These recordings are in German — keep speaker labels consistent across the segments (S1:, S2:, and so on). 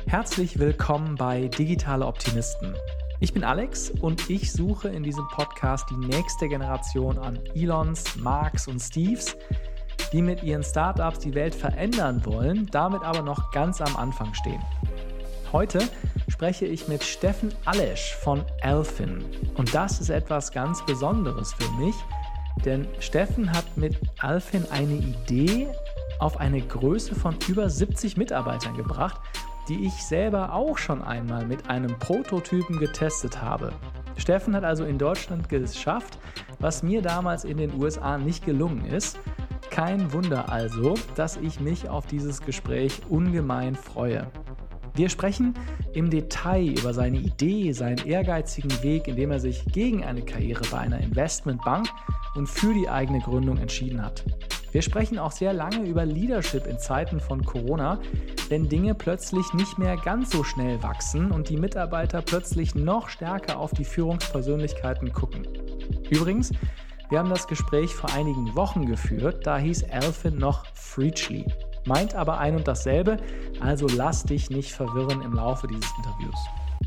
S1: Herzlich willkommen bei Digitale Optimisten. Ich bin Alex und ich suche in diesem Podcast die nächste Generation an Elons, Marks und Steves, die mit ihren Startups die Welt verändern wollen, damit aber noch ganz am Anfang stehen. Heute spreche ich mit Steffen Alesch von Alphin. Und das ist etwas ganz Besonderes für mich, denn Steffen hat mit Alphin eine Idee auf eine Größe von über 70 Mitarbeitern gebracht, die ich selber auch schon einmal mit einem Prototypen getestet habe. Steffen hat also in Deutschland geschafft, was mir damals in den USA nicht gelungen ist. Kein Wunder also, dass ich mich auf dieses Gespräch ungemein freue. Wir sprechen im Detail über seine Idee, seinen ehrgeizigen Weg, in dem er sich gegen eine Karriere bei einer Investmentbank und für die eigene Gründung entschieden hat. Wir sprechen auch sehr lange über Leadership in Zeiten von Corona, wenn Dinge plötzlich nicht mehr ganz so schnell wachsen und die Mitarbeiter plötzlich noch stärker auf die Führungspersönlichkeiten gucken. Übrigens, wir haben das Gespräch vor einigen Wochen geführt, da hieß Alphin noch Freechly. Meint aber ein und dasselbe, also lass dich nicht verwirren im Laufe dieses Interviews.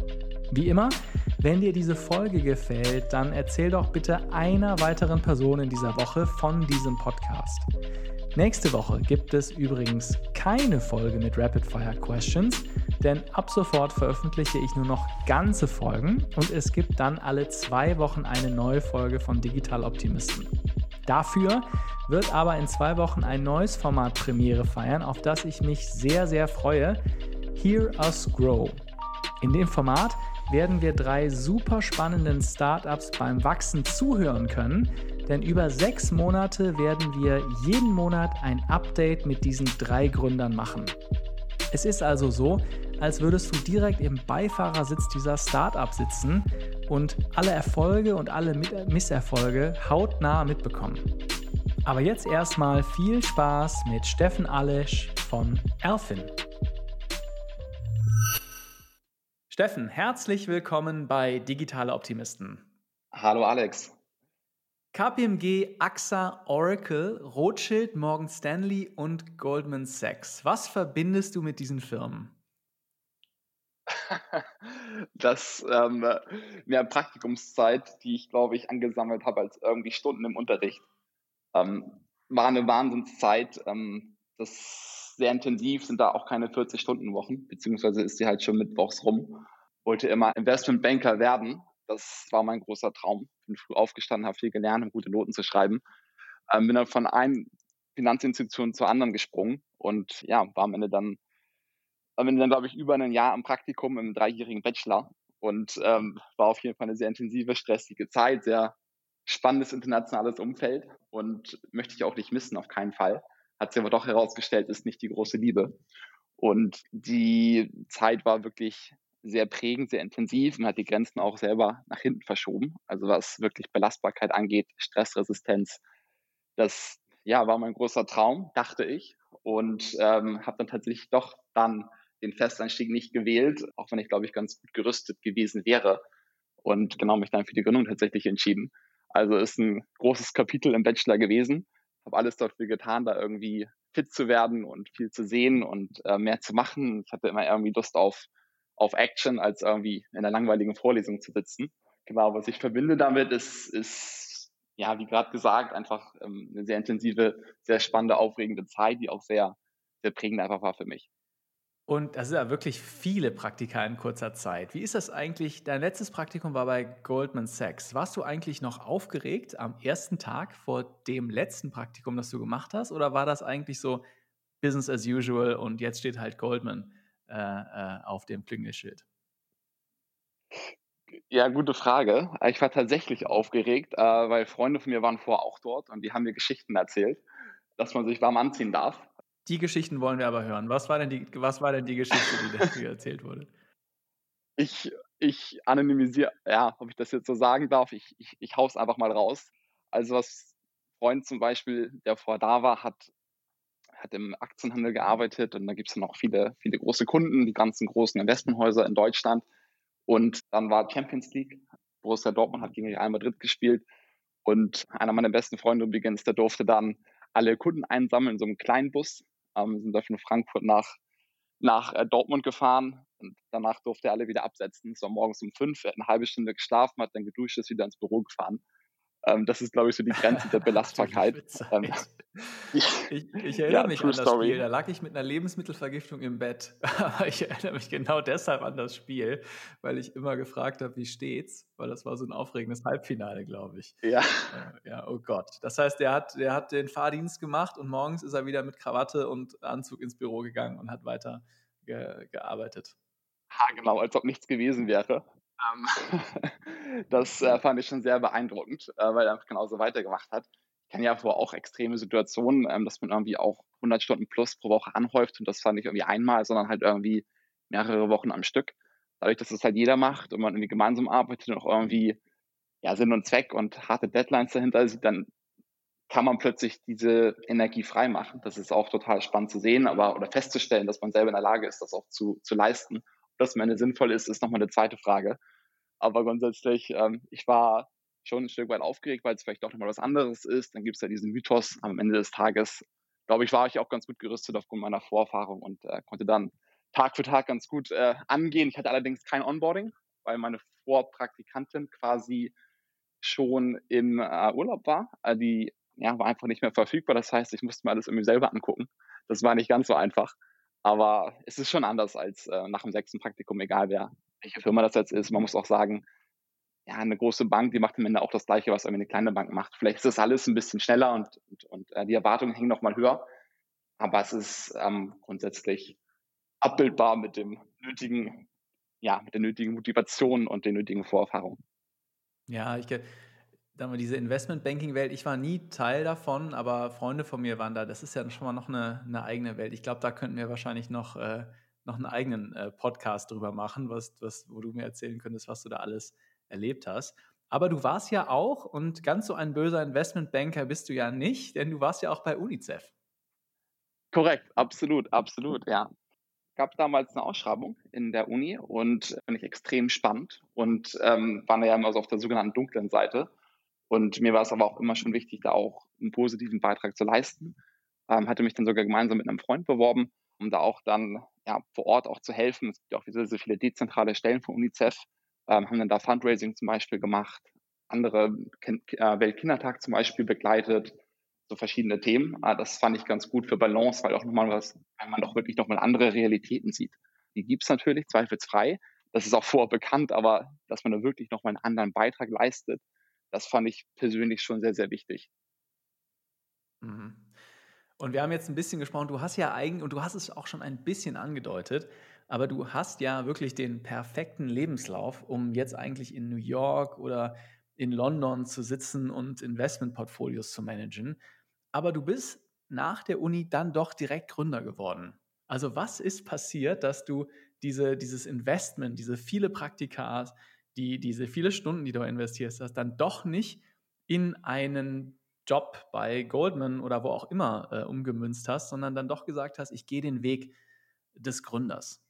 S1: Wie immer, wenn dir diese Folge gefällt, dann erzähl doch bitte einer weiteren Person in dieser Woche von diesem Podcast. Nächste Woche gibt es übrigens keine Folge mit Rapid Fire Questions, denn ab sofort veröffentliche ich nur noch ganze Folgen und es gibt dann alle 2 Wochen eine neue Folge von Digital Optimisten. Dafür wird aber in 2 Wochen ein neues Format Premiere feiern, auf das ich mich sehr, sehr freue. Hear Us Grow. In dem Format werden wir 3 super spannenden Startups beim Wachsen zuhören können, denn über 6 Monate werden wir jeden Monat ein Update mit diesen 3 Gründern machen. Es ist also so, als würdest du direkt im Beifahrersitz dieser Startup sitzen und alle Erfolge und alle Misserfolge hautnah mitbekommen. Aber jetzt erstmal viel Spaß mit Steffen Alesch von Alphin. Steffen, herzlich willkommen bei Digitale Optimisten.
S2: Hallo Alex.
S1: KPMG, AXA, Oracle, Rothschild, Morgan Stanley und Goldman Sachs. Was verbindest du mit diesen Firmen?
S2: Das Praktikumszeit, die ich, glaube ich, angesammelt habe als irgendwie Stunden im Unterricht, war eine Wahnsinnszeit. Das ist sehr intensiv, sind da auch keine 40-Stunden-Wochen, beziehungsweise ist die halt schon mittwochs rum. Wollte immer Investmentbanker werden. Das war mein großer Traum. Bin früh aufgestanden, habe viel gelernt, um gute Noten zu schreiben. Bin dann von einer Finanzinstitution zur anderen gesprungen und ja, war am Ende dann, glaube ich, über ein Jahr am Praktikum im 3-jährigen Bachelor und war auf jeden Fall eine sehr intensive, stressige Zeit, sehr spannendes internationales Umfeld und möchte ich auch nicht missen, auf keinen Fall. Hat sich aber doch herausgestellt, ist nicht die große Liebe. Und die Zeit war wirklich sehr prägend, sehr intensiv und hat die Grenzen auch selber nach hinten verschoben. Also was wirklich Belastbarkeit angeht, Stressresistenz, das ja, war mein großer Traum, dachte ich. Und habe dann tatsächlich doch dann den Festeinstieg nicht gewählt, auch wenn ich, glaube ich, ganz gut gerüstet gewesen wäre. Und genau mich dann für die Gründung tatsächlich entschieden. Also ist ein großes Kapitel im Bachelor gewesen. Habe alles dafür getan, da irgendwie fit zu werden und viel zu sehen und mehr zu machen. Ich hatte immer irgendwie Lust auf Action, als irgendwie in einer langweiligen Vorlesung zu sitzen. Genau, was ich verbinde damit ist ja, wie gerade gesagt, einfach eine sehr intensive, sehr spannende, aufregende Zeit, die auch sehr, sehr prägend einfach war für mich.
S1: Und das sind ja wirklich viele Praktika in kurzer Zeit. Wie ist das eigentlich? Dein letztes Praktikum war bei Goldman Sachs. Warst du eigentlich noch aufgeregt am ersten Tag vor dem letzten Praktikum, das du gemacht hast? Oder war das eigentlich so Business as usual und jetzt steht halt Goldman auf dem Klingelschild?
S2: Ja, gute Frage. Ich war tatsächlich aufgeregt, weil Freunde von mir waren vorher auch dort und die haben mir Geschichten erzählt, dass man sich warm anziehen darf.
S1: Die Geschichten wollen wir aber hören. Was war denn die Geschichte, die dir erzählt wurde?
S2: Ich anonymisiere, ja, ob ich das jetzt so sagen darf, ich hau's einfach mal raus. Also was Freund zum Beispiel, der vorher da war, hat im Aktienhandel gearbeitet und da gibt's dann auch viele, viele große Kunden, die ganzen großen Investmenthäuser in Deutschland. Und dann war Champions League. Borussia Dortmund hat gegen Real Madrid gespielt. Und einer meiner besten Freunde übrigens, der durfte dann alle Kunden einsammeln in so einem kleinen Bus. Sind da von Frankfurt nach Dortmund gefahren und danach durfte er alle wieder absetzen. Es war morgens um 5, er hat eine halbe Stunde geschlafen, hat dann geduscht, ist wieder ins Büro gefahren. Das ist, glaube ich, so die Grenze der
S1: Du
S2: Belastbarkeit.
S1: liebe Zeit.
S2: Die,
S1: Ich erinnere
S2: ja,
S1: mich
S2: True
S1: an das
S2: Story.
S1: Spiel, da lag ich mit einer Lebensmittelvergiftung im Bett. Aber ich erinnere mich genau deshalb an das Spiel, weil ich immer gefragt habe: „Wie steht's?“ Weil das war so ein aufregendes Halbfinale, glaube ich.
S2: Ja,
S1: Ja, oh Gott. Das heißt, der hat den Fahrdienst gemacht und morgens ist er wieder mit Krawatte und Anzug ins Büro gegangen und hat weiter gearbeitet.
S2: haargenau, als ob nichts gewesen wäre. Das fand ich schon sehr beeindruckend, weil er einfach genauso weitergemacht hat. Ich kenne ja vor auch extreme Situationen, dass man irgendwie auch 100 Stunden plus pro Woche anhäuft und das war nicht irgendwie einmal, sondern halt irgendwie mehrere Wochen am Stück. Dadurch, dass das halt jeder macht und man irgendwie gemeinsam arbeitet und auch irgendwie ja, Sinn und Zweck und harte Deadlines dahinter sieht, dann kann man plötzlich diese Energie freimachen. Das ist auch total spannend zu sehen, aber oder festzustellen, dass man selber in der Lage ist, das auch zu leisten. Ob das am Ende sinnvoll ist, ist nochmal eine zweite Frage. Aber grundsätzlich, ich war schon ein Stück weit aufgeregt, weil es vielleicht doch nochmal was anderes ist. Dann gibt es ja diesen Mythos am Ende des Tages. Glaube ich, war ich auch ganz gut gerüstet aufgrund meiner Vorerfahrung und konnte dann Tag für Tag ganz gut angehen. Ich hatte allerdings kein Onboarding, weil meine Vorpraktikantin quasi schon im Urlaub war. Die ja, war einfach nicht mehr verfügbar. Das heißt, ich musste mir alles irgendwie selber angucken. Das war nicht ganz so einfach. Aber es ist schon anders als nach dem 6. Praktikum, egal welche Firma das jetzt ist. Man muss auch sagen, ja, eine große Bank, die macht am Ende auch das Gleiche, was irgendwie eine kleine Bank macht. Vielleicht ist das alles ein bisschen schneller und die Erwartungen hängen noch mal höher. Aber es ist grundsätzlich abbildbar mit dem nötigen, ja, mit der nötigen Motivation und den nötigen Vorerfahrungen.
S1: Ja, sagen wir, diese Investmentbanking-Welt, ich war nie Teil davon, aber Freunde von mir waren da. Das ist ja schon mal noch eine eigene Welt. Ich glaube, da könnten wir wahrscheinlich noch einen eigenen Podcast drüber machen, wo du mir erzählen könntest, was du da alles erlebt hast. Aber du warst ja auch, und ganz so ein böser Investmentbanker bist du ja nicht, denn du warst ja auch bei UNICEF.
S2: Korrekt, absolut, absolut, ja. Gab damals eine Ausschreibung in der Uni und fand ich extrem spannend und waren ja immer so auf der sogenannten dunklen Seite. Und mir war es aber auch immer schon wichtig, da auch einen positiven Beitrag zu leisten. Hatte mich dann sogar gemeinsam mit einem Freund beworben, um da auch dann ja, vor Ort auch zu helfen. Es gibt ja auch sehr, sehr viele dezentrale Stellen von UNICEF, haben dann da Fundraising zum Beispiel gemacht, andere Weltkindertag zum Beispiel begleitet, so verschiedene Themen. Das fand ich ganz gut für Balance, weil auch nochmal weil man auch wirklich nochmal andere Realitäten sieht. Die gibt's natürlich, zweifelsfrei. Das ist auch vorher bekannt, aber dass man da wirklich nochmal einen anderen Beitrag leistet, das fand ich persönlich schon sehr, sehr wichtig.
S1: Mhm. Und wir haben jetzt ein bisschen gesprochen, du hast ja eigentlich, und du hast es auch schon ein bisschen angedeutet, aber du hast ja wirklich den perfekten Lebenslauf, um jetzt eigentlich in New York oder in London zu sitzen und Investmentportfolios zu managen. Aber du bist nach der Uni dann doch direkt Gründer geworden. Also, was ist passiert, dass du dieses Investment, diese viele Praktika, diese viele Stunden, die du investiert hast, dann doch nicht in einen Job bei Goldman oder wo auch immer umgemünzt hast, sondern dann doch gesagt hast, ich gehe den Weg des Gründers.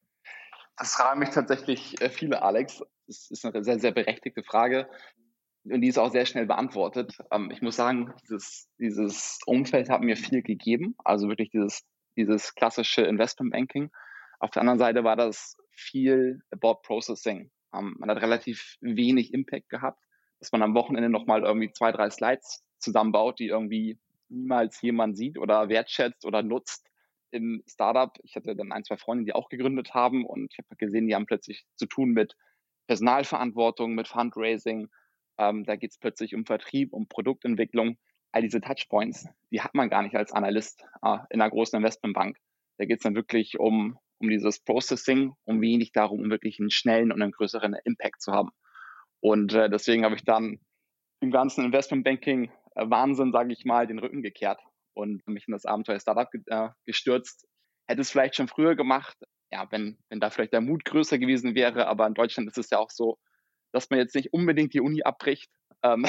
S2: Das fragen mich tatsächlich viele, Alex. Das ist eine sehr, sehr berechtigte Frage und die ist auch sehr schnell beantwortet. Ich muss sagen, dieses Umfeld hat mir viel gegeben, also wirklich dieses klassische Investmentbanking. Auf der anderen Seite war das viel About Processing. Man hat relativ wenig Impact gehabt, dass man am Wochenende nochmal irgendwie 2, 3 Slides zusammenbaut, die irgendwie niemals jemand sieht oder wertschätzt oder nutzt im Startup. Ich hatte dann ein, zwei Freunde, die auch gegründet haben und ich habe gesehen, die haben plötzlich zu tun mit Personalverantwortung, mit Fundraising. Da geht es plötzlich um Vertrieb, um Produktentwicklung. All diese Touchpoints, die hat man gar nicht als Analyst in einer großen Investmentbank. Da geht es dann wirklich um dieses Processing, um wenig darum, um wirklich einen schnellen und einen größeren Impact zu haben. Und deswegen habe ich dann im ganzen Investmentbanking Wahnsinn, sage ich mal, den Rücken gekehrt und mich in das Abenteuer Startup gestürzt. Hätte es vielleicht schon früher gemacht, ja, wenn da vielleicht der Mut größer gewesen wäre, aber in Deutschland ist es ja auch so, dass man jetzt nicht unbedingt die Uni abbricht ähm,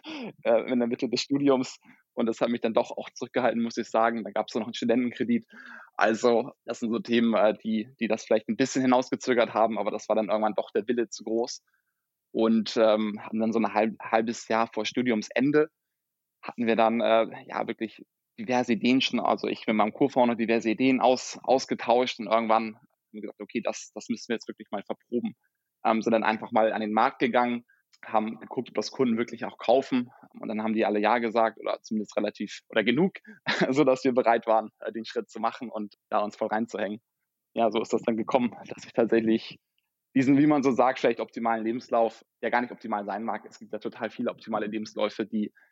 S2: in der Mitte des Studiums. Und das hat mich dann doch auch zurückgehalten, muss ich sagen. Da gab es noch einen Studentenkredit. Also das sind so Themen, die das vielleicht ein bisschen hinausgezögert haben, aber das war dann irgendwann doch der Wille zu groß. Und haben dann so ein halbes Jahr vor Studiumsende hatten wir dann ja wirklich diverse Ideen schon, also ich mit meinem Co-Founder diverse Ideen ausgetauscht und irgendwann haben wir gesagt, okay, das müssen wir jetzt wirklich mal verproben. Sind dann einfach mal an den Markt gegangen, haben geguckt, ob das Kunden wirklich auch kaufen und dann haben die alle ja gesagt oder zumindest relativ oder genug, sodass wir bereit waren, den Schritt zu machen und da uns voll reinzuhängen. Ja, so ist das dann gekommen, dass ich tatsächlich diesen, wie man so sagt, vielleicht optimalen Lebenslauf, der gar nicht optimal sein mag. Es gibt ja total viele optimale Lebensläufe,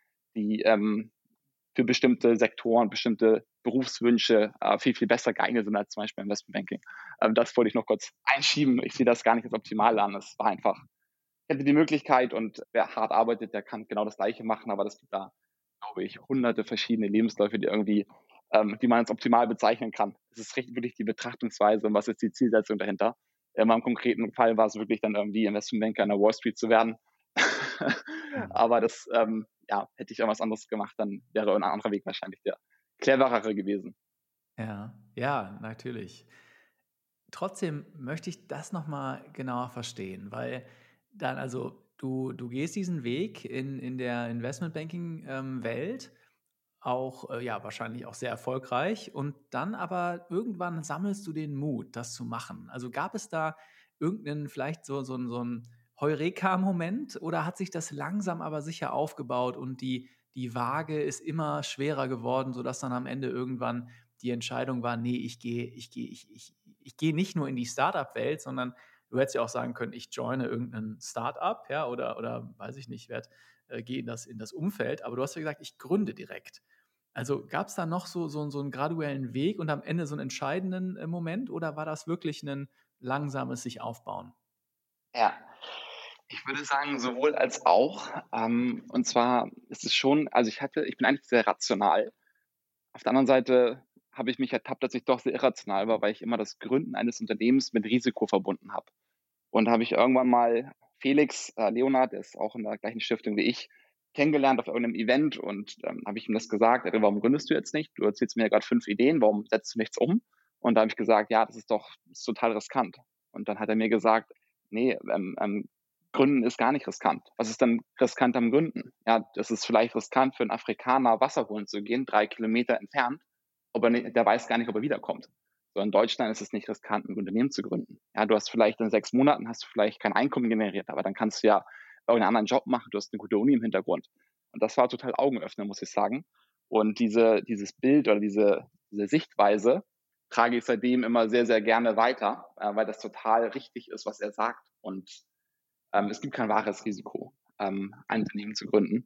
S2: die für bestimmte Sektoren, bestimmte Berufswünsche viel, viel besser geeignet sind als zum Beispiel Investmentbanking. Das wollte ich noch kurz einschieben. Ich sehe das gar nicht als optimal an. Es war einfach, ich hatte die Möglichkeit und wer hart arbeitet, der kann genau das Gleiche machen, aber es gibt da, glaube ich, hunderte verschiedene Lebensläufe, die irgendwie, die man als optimal bezeichnen kann. Es ist wirklich die Betrachtungsweise und was ist die Zielsetzung dahinter. In meinem konkreten Fall war es wirklich dann irgendwie Investmentbanker an der Wall Street zu werden. Aber das, ja, hätte ich irgendwas anderes gemacht, dann wäre ein anderer Weg wahrscheinlich der cleverere gewesen.
S1: Ja, natürlich. Trotzdem möchte ich das nochmal genauer verstehen, weil dann, also du gehst diesen Weg in der Investmentbanking-Welt, auch ja, wahrscheinlich auch sehr erfolgreich und dann aber irgendwann sammelst du den Mut, das zu machen. Also gab es da irgendeinen, vielleicht so ein Heureka-Moment oder hat sich das langsam aber sicher aufgebaut und die Waage ist immer schwerer geworden, sodass dann am Ende irgendwann die Entscheidung war, nee, ich gehe nicht nur in die Startup-Welt, sondern du hättest ja auch sagen können, ich joine irgendein Startup, ja, oder weiß ich nicht, gehe in das Umfeld, aber du hast ja gesagt, ich gründe direkt. Also gab es da noch so einen graduellen Weg und am Ende so einen entscheidenden Moment oder war das wirklich ein langsames sich aufbauen?
S2: Ja, ich würde sagen, sowohl als auch. Und zwar ist es schon, also ich bin eigentlich sehr rational. Auf der anderen Seite habe ich mich ertappt, dass ich doch sehr irrational war, weil ich immer das Gründen eines Unternehmens mit Risiko verbunden habe. Und da habe ich irgendwann mal Felix Leonard, der ist auch in der gleichen Stiftung wie ich, kennengelernt auf irgendeinem Event und habe ich ihm das gesagt, warum gründest du jetzt nicht? Du erzählst mir ja gerade 5 Ideen, warum setzt du nichts um? Und da habe ich gesagt, ja, das ist total riskant. Und dann hat er mir gesagt, nee, Gründen ist gar nicht riskant. Was ist denn riskant am Gründen? Ja, das ist vielleicht riskant für einen Afrikaner, Wasser holen zu gehen, 3 Kilometer entfernt, aber der weiß gar nicht, ob er wiederkommt. So in Deutschland ist es nicht riskant, ein Unternehmen zu gründen. Ja, du hast vielleicht in 6 Monaten hast du vielleicht kein Einkommen generiert, aber dann kannst du ja irgendeinen anderen Job machen. Du hast eine gute Uni im Hintergrund. Und das war total Augenöffner, muss ich sagen. Und dieses Bild oder diese Sichtweise trage ich seitdem immer sehr, sehr gerne weiter, weil das total richtig ist, was er sagt. Und es gibt kein wahres Risiko, ein Unternehmen zu gründen.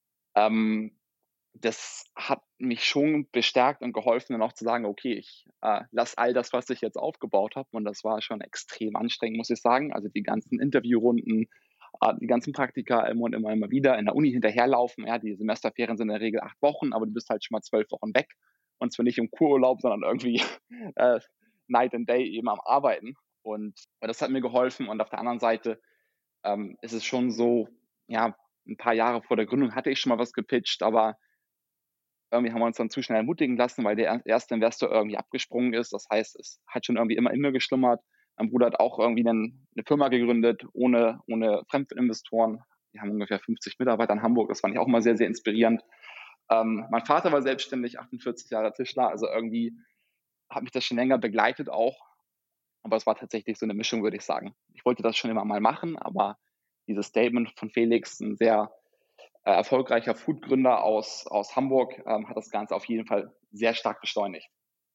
S2: Ähm, Das hat mich schon bestärkt und geholfen, dann auch zu sagen, okay, ich lasse all das, was ich jetzt aufgebaut habe, und das war schon extrem anstrengend, muss ich sagen. Also die ganzen Interviewrunden, die ganzen Praktika immer und immer wieder in der Uni hinterherlaufen. Ja, die Semesterferien sind in der Regel 8 Wochen, aber du bist halt schon mal 12 Wochen weg. Und zwar nicht im Kururlaub, sondern irgendwie äh, Night and Day eben am Arbeiten. Und das hat mir geholfen. Und auf der anderen Seite ist es schon so, ja, ein paar Jahre vor der Gründung hatte ich schon mal was gepitcht, aber irgendwie haben wir uns dann zu schnell ermutigen lassen, weil der erste Investor irgendwie abgesprungen ist. Das heißt, es hat schon irgendwie immer in mir geschlummert. Mein Bruder hat auch irgendwie eine Firma gegründet, ohne Fremdinvestoren. Die haben ungefähr 50 Mitarbeiter in Hamburg. Das fand ich auch mal sehr, sehr inspirierend. Mein Vater war selbstständig, 48 Jahre Tischler. Also irgendwie hat mich das schon länger begleitet auch. Aber es war tatsächlich so eine Mischung, würde ich sagen. Ich wollte das schon immer mal machen, aber dieses Statement von Felix, ein sehr erfolgreicher Foodgründer aus Hamburg, hat das Ganze auf jeden Fall sehr stark beschleunigt.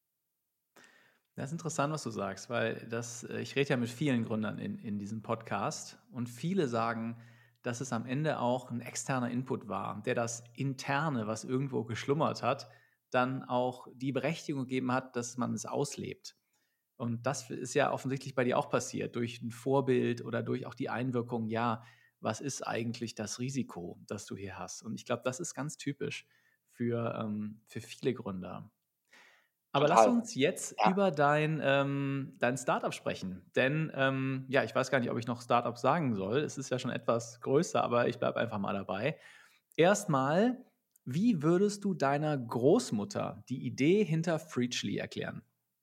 S1: Das ist interessant, was du sagst, weil ich rede ja mit vielen Gründern in diesem Podcast und viele sagen, dass es am Ende auch ein externer Input war, der das Interne, was irgendwo geschlummert hat, dann auch die Berechtigung gegeben hat, dass man es auslebt. Und das ist ja offensichtlich bei dir auch passiert, durch ein Vorbild oder durch auch die Einwirkung, ja, was ist eigentlich das Risiko, das du hier hast? Und ich glaube, das ist ganz typisch für viele Gründer. Aber lass
S2: Total.
S1: uns jetzt
S2: Ja.
S1: über dein Startup sprechen. Denn ja, ich weiß gar nicht, ob ich noch Startup sagen soll. Es ist ja schon etwas größer, aber ich bleibe einfach mal dabei. Erstmal, wie würdest du deiner Großmutter die Idee hinter Freechly erklären?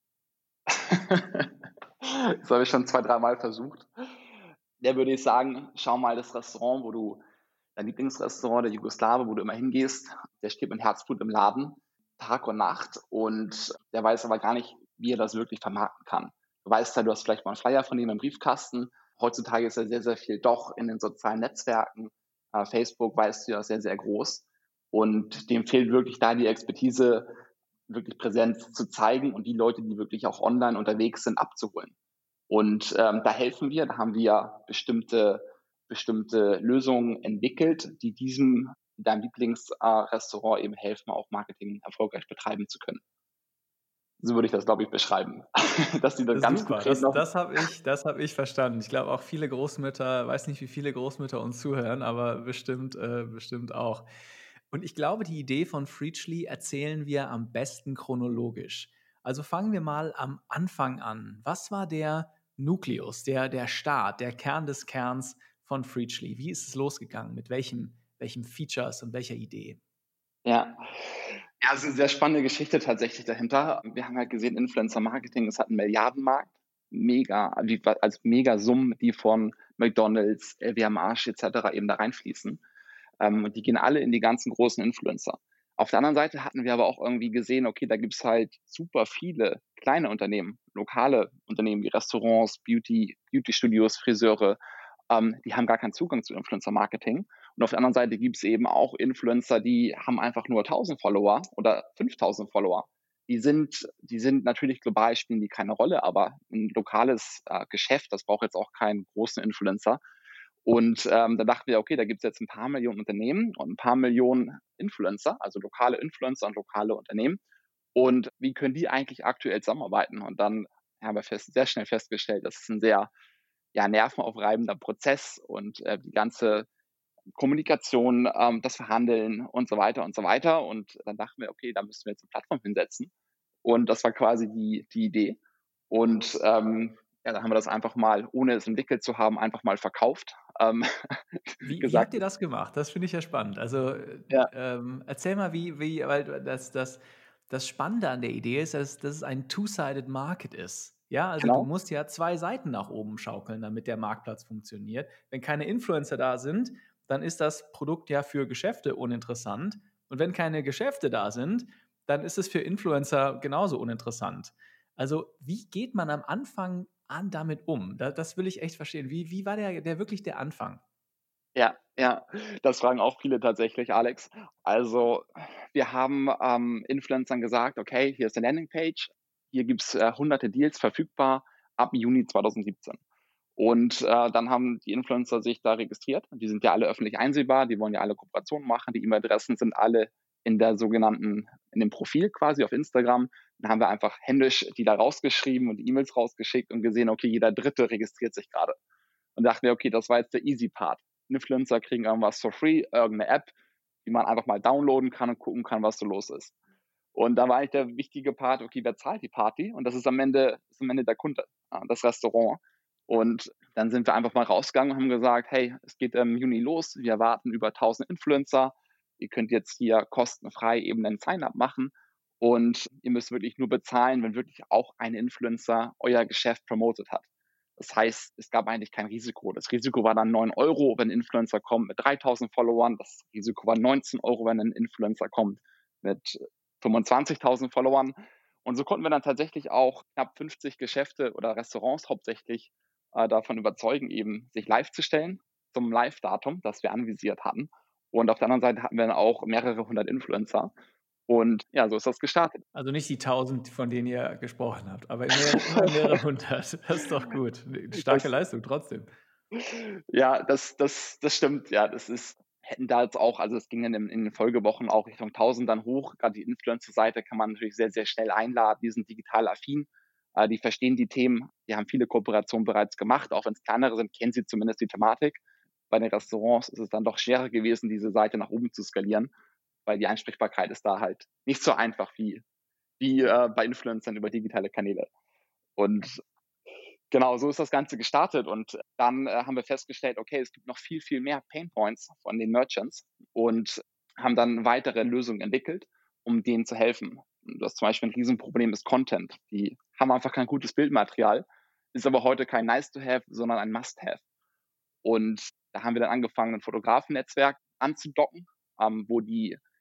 S2: Das habe ich schon 2, dreimal versucht. Der würde ich sagen, schau mal das Restaurant, dein Lieblingsrestaurant, der Jugoslawe, wo du immer hingehst, der steht mit Herzblut im Laden. Tag und Nacht und der weiß aber gar nicht, wie er das wirklich vermarkten kann. Du weißt ja, du hast vielleicht mal einen Flyer von ihm im Briefkasten. Heutzutage ist ja sehr, sehr viel doch in den sozialen Netzwerken. Facebook, weißt du ja, ist sehr, sehr groß. Und dem fehlt wirklich da die Expertise, wirklich Präsenz zu zeigen und die Leute, die wirklich auch online unterwegs sind, abzuholen. Und da helfen wir, da haben wir bestimmte Lösungen entwickelt, die deinem Lieblingsrestaurant eben helfen, auch Marketing erfolgreich betreiben zu können. So würde ich das, glaube ich, beschreiben. Dass die dann ganz
S1: Super,
S2: konkret
S1: das
S2: noch.
S1: das habe ich verstanden. Ich glaube auch viele Großmütter weiß nicht, wie viele Großmütter uns zuhören, aber bestimmt auch. Und ich glaube, die Idee von Freechly erzählen wir am besten chronologisch. Also fangen wir mal am Anfang an. Was war der Nukleus, der Start, der Kern des Kerns von Freechly? Wie ist es losgegangen? Mit welchem Features und welcher Idee?
S2: Ja. Ja, es ist 'ne sehr spannende Geschichte tatsächlich dahinter. Wir haben halt gesehen, Influencer-Marketing ist halt 'n Milliardenmarkt. Also Megasummen, die von McDonald's, LVMH et cetera eben da reinfließen. Und die gehen alle in die ganzen großen Influencer. Auf der anderen Seite hatten wir aber auch irgendwie gesehen, okay, da gibt's halt super viele kleine Unternehmen, lokale Unternehmen wie Restaurants, Beauty-Studios, Friseure, die haben gar keinen Zugang zu Influencer-Marketing. Und auf der anderen Seite gibt's eben auch Influencer, die haben einfach nur 1.000 Follower oder 5.000 Follower. Die sind natürlich global, spielen die keine Rolle, aber ein lokales Geschäft, das braucht jetzt auch keinen großen Influencer. Und da dachten wir, okay, da gibt's jetzt ein paar Millionen Unternehmen und ein paar Millionen Influencer, also lokale Influencer und lokale Unternehmen. Und wie können die eigentlich aktuell zusammenarbeiten? Und dann haben wir sehr schnell festgestellt, das ist ein sehr nervenaufreibender Prozess und die ganze Kommunikation, das Verhandeln und so weiter und so weiter. Und dann dachten wir, okay, da müssen wir jetzt eine Plattform hinsetzen. Und das war quasi die Idee. Und dann haben wir das einfach mal, ohne es entwickelt zu haben, einfach mal verkauft.
S1: Wie habt
S2: Gesagt,
S1: ihr das gemacht? Das finde ich ja spannend. Also,
S2: ja,
S1: erzähl mal, wie weil das Spannende an der Idee ist, dass es ein two-sided Market ist. Ja, also du
S2: genau.
S1: musst ja 2 Seiten nach oben schaukeln, damit der Marktplatz funktioniert. Wenn keine Influencer da sind, dann ist das Produkt ja für Geschäfte uninteressant. Und wenn keine Geschäfte da sind, dann ist es für Influencer genauso uninteressant. Also, wie geht man am Anfang damit um? Das will ich echt verstehen. Wie war der wirklich der Anfang?
S2: Ja, ja, das fragen auch viele tatsächlich, Alex. Also, wir haben, Influencern gesagt: „Okay, hier ist 'ne Landingpage. Hier gibt's, hunderte Deals verfügbar ab Juni 2017.“ Und, dann haben die Influencer sich da registriert. Die sind ja alle öffentlich einsehbar, die wollen ja alle Kooperationen machen. Die E-Mail-Adressen sind alle in dem Profil quasi auf Instagram. Dann haben wir einfach händisch die da rausgeschrieben und die E-Mails rausgeschickt und gesehen, okay, jeder Dritte registriert sich gerade. Und dachten wir: „Okay, das war jetzt der easy Part.“ Influencer kriegen irgendwas for free, irgendeine App, die man einfach mal downloaden kann und gucken kann, was so los ist. Und da war eigentlich der wichtige Part, okay, wer zahlt die Party? Und das ist am Ende der Kunde, das Restaurant. Und dann sind wir einfach mal rausgegangen und haben gesagt, hey, es geht im Juni los, wir erwarten über 1.000 Influencer. Ihr könnt jetzt hier kostenfrei eben einen Sign-up machen und ihr müsst wirklich nur bezahlen, wenn wirklich auch ein Influencer euer Geschäft promotet hat. Das heißt, es gab eigentlich kein Risiko. Das Risiko war dann 9 €, wenn ein Influencer kommt mit 3.000 Followern. Das Risiko war 19 €, wenn ein Influencer kommt mit 25.000 Followern. Und so konnten wir dann tatsächlich auch knapp 50 Geschäfte oder Restaurants hauptsächlich davon überzeugen, eben sich live zu stellen zum Live-Datum, das wir anvisiert hatten. Und auf der anderen Seite hatten wir dann auch mehrere hundert Influencer. Und ja, so ist das gestartet.
S1: Also nicht die 1.000, von denen ihr gesprochen habt, aber immerhin mehrere hundert. Das ist doch gut. 'Ne starke
S2: Das,
S1: Leistung trotzdem.
S2: ja, das stimmt. Ja, hätten da jetzt auch, also es ging dann in den Folgewochen auch Richtung 1.000 dann hoch. Gerade die Influencer-Seite kann man natürlich sehr, sehr schnell einladen. Die sind digital affin. Die verstehen die Themen. Die haben viele Kooperationen bereits gemacht. Auch wenn es kleinere sind, kennen sie zumindest die Thematik. Bei den Restaurants ist es dann doch schwerer gewesen, diese Seite nach oben zu skalieren, weil die Ansprechbarkeit ist da halt nicht so einfach wie bei Influencern über digitale Kanäle. Und genau, so ist das Ganze gestartet und dann haben wir festgestellt, okay, es gibt noch viel, viel mehr Painpoints von den Merchants und haben dann weitere Lösungen entwickelt, um denen zu helfen. Das zum Beispiel ein Riesenproblem ist Content. Die haben einfach kein gutes Bildmaterial, ist aber heute kein Nice to have, sondern ein Must have. Und da haben wir dann angefangen, ein Fotografennetzwerk anzudocken, wo die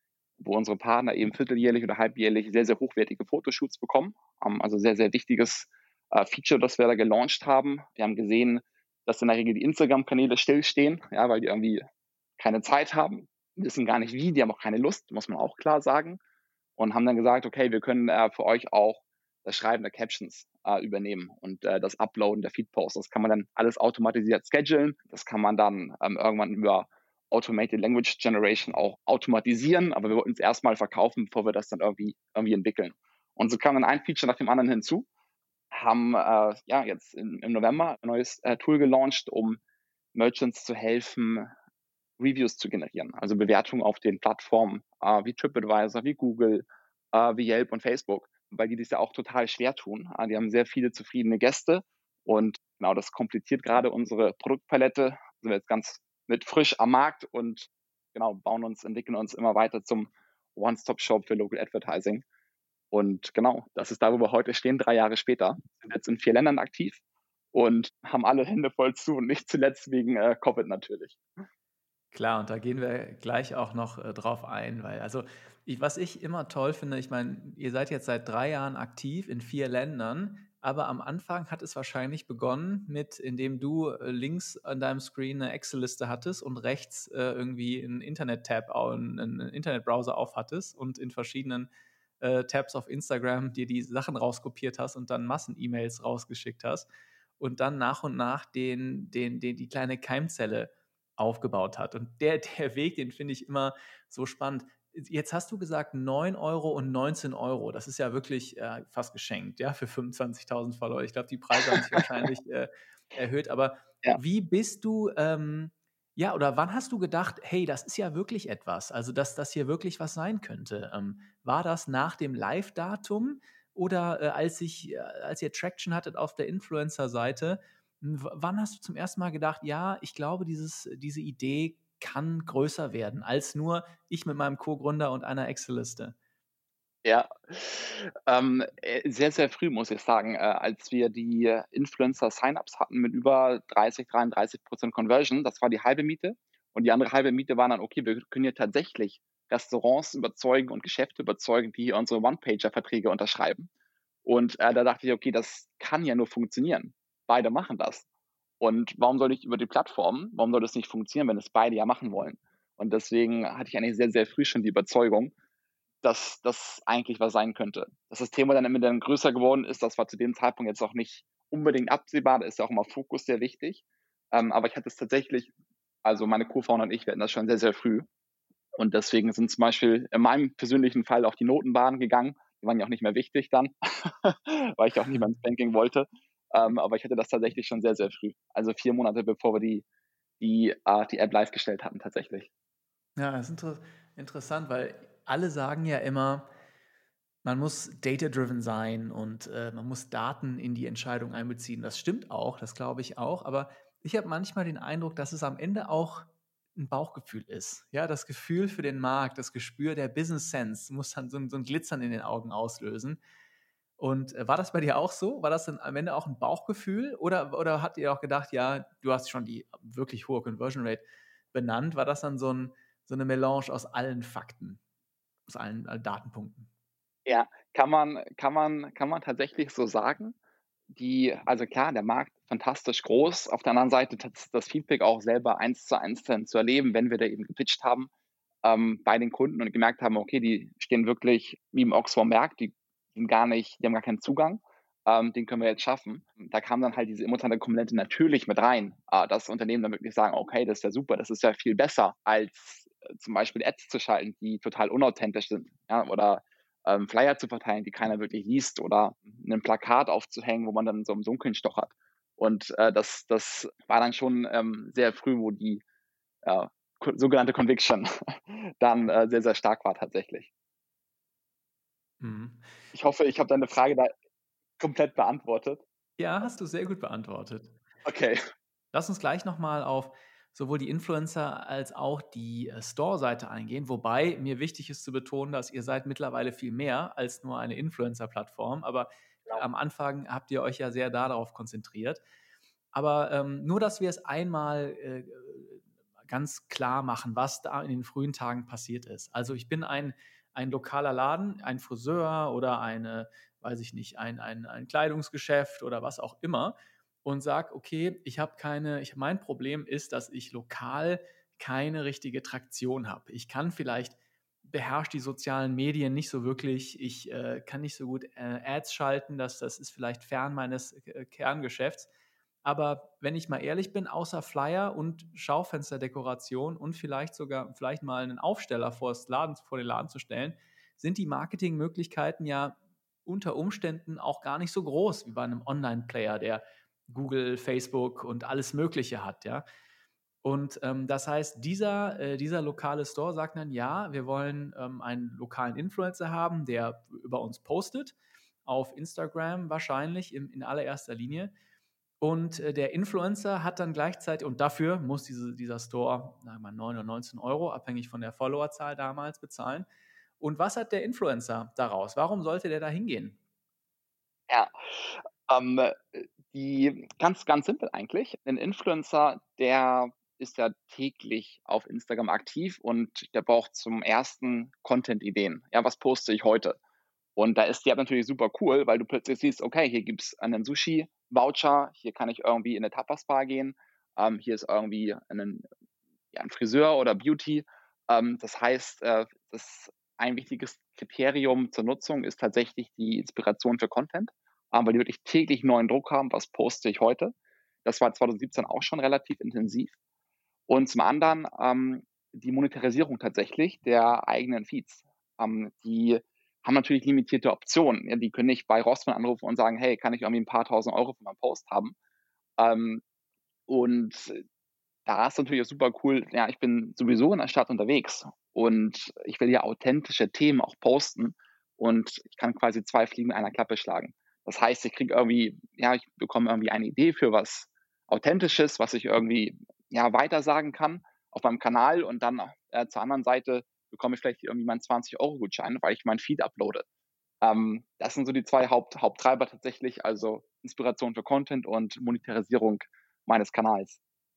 S2: wo unsere Partner eben vierteljährlich oder halbjährlich sehr, sehr hochwertige Fotoshoots bekommen. Also sehr, sehr wichtiges Feature, das wir da gelauncht haben. Wir haben gesehen, dass in der Regel die Instagram-Kanäle stillstehen, ja, weil die irgendwie keine Zeit haben, wissen gar nicht wie, die haben auch keine Lust, muss man auch klar sagen. Und haben dann gesagt, okay, wir können für euch auch das Schreiben der Captions übernehmen und das Uploaden der Feedposts. Das kann man dann alles automatisiert schedulen. Das kann man dann irgendwann über Automated Language Generation auch automatisieren, aber wir wollten es erstmal verkaufen, bevor wir das dann irgendwie entwickeln. Und so kam dann ein Feature nach dem anderen hinzu, haben jetzt im November ein neues Tool gelauncht, um Merchants zu helfen, Reviews zu generieren, also Bewertungen auf den Plattformen wie TripAdvisor, wie Google, wie Yelp und Facebook, weil die das ja auch total schwer tun. Die haben sehr viele zufriedene Gäste und genau das kompliziert gerade unsere Produktpalette. Sind wir jetzt ganz mit frisch am Markt und genau entwickeln uns immer weiter zum One-Stop-Shop für Local Advertising. Und genau, das ist da, wo wir heute stehen, 3 Jahre später. Sind jetzt in 4 Ländern aktiv und haben alle Hände voll zu und nicht zuletzt wegen Covid natürlich.
S1: Klar, und da gehen wir gleich auch noch drauf ein, weil was ich immer toll finde, ich meine, ihr seid jetzt seit 3 Jahren aktiv in 4 Ländern, aber am Anfang hat es wahrscheinlich begonnen indem du links an deinem Screen eine Excel-Liste hattest und rechts irgendwie einen Internet-Tab, einen Internetbrowser auf hattest und in verschiedenen Tabs auf Instagram dir die Sachen rauskopiert hast und dann Massen-E-Mails rausgeschickt hast und dann nach und nach die kleine Keimzelle aufgebaut hat. Und der Weg, den finde ich immer so spannend. Jetzt hast du gesagt 9 € und 19 €. Das ist ja wirklich fast geschenkt, ja, für 25.000 Follower. Ich glaube, die Preise haben sich wahrscheinlich erhöht. Aber
S2: Ja.
S1: wie bist du, oder wann hast du gedacht, hey, das ist ja wirklich etwas, also dass das hier wirklich was sein könnte? War das nach dem Live-Datum oder als ihr Traction hattet auf der Influencer-Seite? Wann hast du zum ersten Mal gedacht, ja, ich glaube, diese Idee kann größer werden als nur ich mit meinem Co-Gründer und einer Excel-Liste?
S2: Ja, sehr, sehr früh, muss ich sagen, als wir die Influencer-Sign-ups hatten mit über 33% Conversion, das war die halbe Miete. Und die andere halbe Miete war dann, okay, wir können hier tatsächlich Restaurants überzeugen und Geschäfte überzeugen, die hier unsere One-Pager-Verträge unterschreiben. Und da dachte ich, okay, das kann ja nur funktionieren. Beide machen das. Und warum soll ich über die Plattform, warum soll das nicht funktionieren, wenn es beide ja machen wollen? Und deswegen hatte ich eigentlich sehr, sehr früh schon die Überzeugung, dass das eigentlich was sein könnte. Dass das Thema dann immer dann größer geworden ist, das war zu dem Zeitpunkt jetzt auch nicht unbedingt absehbar, da ist ja auch immer Fokus sehr wichtig. Aber ich hatte es tatsächlich, also meine Co-Founder und ich, wir hatten das schon sehr, sehr früh. Und deswegen sind zum Beispiel in meinem persönlichen Fall auch die Notenbahnen gegangen. Die waren ja auch nicht mehr wichtig dann, weil ich auch nicht mehr ins Banking wollte. Aber ich hatte das tatsächlich schon sehr, sehr früh. Also 4 Monate, bevor wir die App live gestellt hatten tatsächlich.
S1: Ja, das ist interessant, weil alle sagen ja immer, man muss data-driven sein und man muss Daten in die Entscheidung einbeziehen. Das stimmt auch, das glaube ich auch. Aber ich habe manchmal den Eindruck, dass es am Ende auch ein Bauchgefühl ist. Ja, das Gefühl für den Markt, das Gespür der Business Sense muss dann so ein Glitzern in den Augen auslösen. Und war das bei dir auch so? War das dann am Ende auch ein Bauchgefühl? Oder habt ihr auch gedacht, ja, du hast schon die wirklich hohe Conversion Rate benannt? War das dann so eine Melange aus allen Fakten, aus allen Datenpunkten?
S2: Ja, kann man tatsächlich so sagen. Also klar, der Markt fantastisch groß. Auf der anderen Seite das Feedback auch selber eins zu eins dann zu erleben, wenn wir da eben gepitcht haben, bei den Kunden und gemerkt haben, okay, die stehen wirklich wie im Ochs vorm Berg, die haben gar keinen Zugang, den können wir jetzt schaffen. Da kam dann halt diese emotionale Komponente natürlich mit rein, dass Unternehmen dann wirklich sagen, okay, das ist ja super, das ist ja viel besser, als zum Beispiel Ads zu schalten, die total unauthentisch sind, ja, oder Flyer zu verteilen, die keiner wirklich liest, oder ein Plakat aufzuhängen, wo man dann so im Dunkeln stochert. Und das war dann schon sehr früh, wo die äh, sogenannte Conviction dann sehr, sehr stark war tatsächlich.
S1: Mhm.
S2: Ich hoffe, ich habe deine Frage da komplett beantwortet.
S1: Ja, hast du sehr gut beantwortet.
S2: Okay.
S1: Lass uns gleich noch mal auf sowohl die Influencer als auch die Store-Seite eingehen, wobei mir wichtig ist zu betonen, dass ihr seid mittlerweile viel mehr als nur eine Influencer-Plattform, aber
S2: Genau.
S1: am Anfang habt ihr euch ja sehr darauf konzentriert. Aber nur, dass wir es einmal ganz klar machen, was da in den frühen Tagen passiert ist. Also ich bin ein lokaler Laden, ein Friseur oder weiß ich nicht, ein Kleidungsgeschäft oder was auch immer und sage, okay, mein Problem ist, dass ich lokal keine richtige Traktion habe. Ich kann vielleicht beherrsche die sozialen Medien nicht so wirklich. Ich kann nicht so gut Ads schalten. Das ist vielleicht fern meines Kerngeschäfts. Aber wenn ich mal ehrlich bin, außer Flyer und Schaufensterdekoration und vielleicht mal einen Aufsteller vor den Laden zu stellen, sind die Marketingmöglichkeiten ja unter Umständen auch gar nicht so groß wie bei einem Online-Player, der Google, Facebook und alles Mögliche hat, ja. Und das heißt, dieser lokale Store sagt dann, ja, wir wollen einen lokalen Influencer haben, der über uns postet, auf Instagram wahrscheinlich in allererster Linie. Und der Influencer hat dann gleichzeitig, und dafür muss dieser Store, sagen wir mal 9 oder 19 Euro, abhängig von der Followerzahl damals, bezahlen. Und was hat der Influencer daraus? Warum sollte der da hingehen?
S2: Ja, ähm, die ganz, ganz simpel eigentlich. Ein Influencer, der ist ja täglich auf Instagram aktiv und der braucht zum ersten Content-Ideen. Ja, was poste ich heute? Und da ist die App natürlich super cool, weil du plötzlich siehst, okay, hier gibt's einen Sushi-Voucher, hier kann ich irgendwie in 'ne Tapas-Bar gehen, hier ist irgendwie ein Friseur oder Beauty. Das heißt, das ein wichtiges Kriterium zur Nutzung ist tatsächlich die Inspiration für Content, weil die wirklich täglich neuen Druck haben, was poste ich heute? Das war 2017 auch schon relativ intensiv. Und zum anderen, die Monetarisierung tatsächlich der eigenen Feeds. Die haben natürlich limitierte Optionen. Ja, die können nicht bei Rossmann anrufen und sagen: „Hey, kann ich irgendwie ein paar Tausend Euro für meinen Post haben?“ Ähm, und da ist natürlich auch super cool, ja, ich bin sowieso in der Stadt unterwegs und ich will ja authentische Themen auch posten und ich kann quasi 2 Fliegen mit einer Klappe schlagen. Das heißt, ich bekomme irgendwie eine Idee für was Authentisches, was ich irgendwie, ja, weitersagen kann auf meinem Kanal und dann, zur anderen Seite bekomme ich vielleicht irgendwie meinen 20-Euro-Gutschein, weil ich mein Feed uploade. Das sind so die 2 Haupttreiber tatsächlich, also Inspiration für Content und Monetarisierung meines Kanals.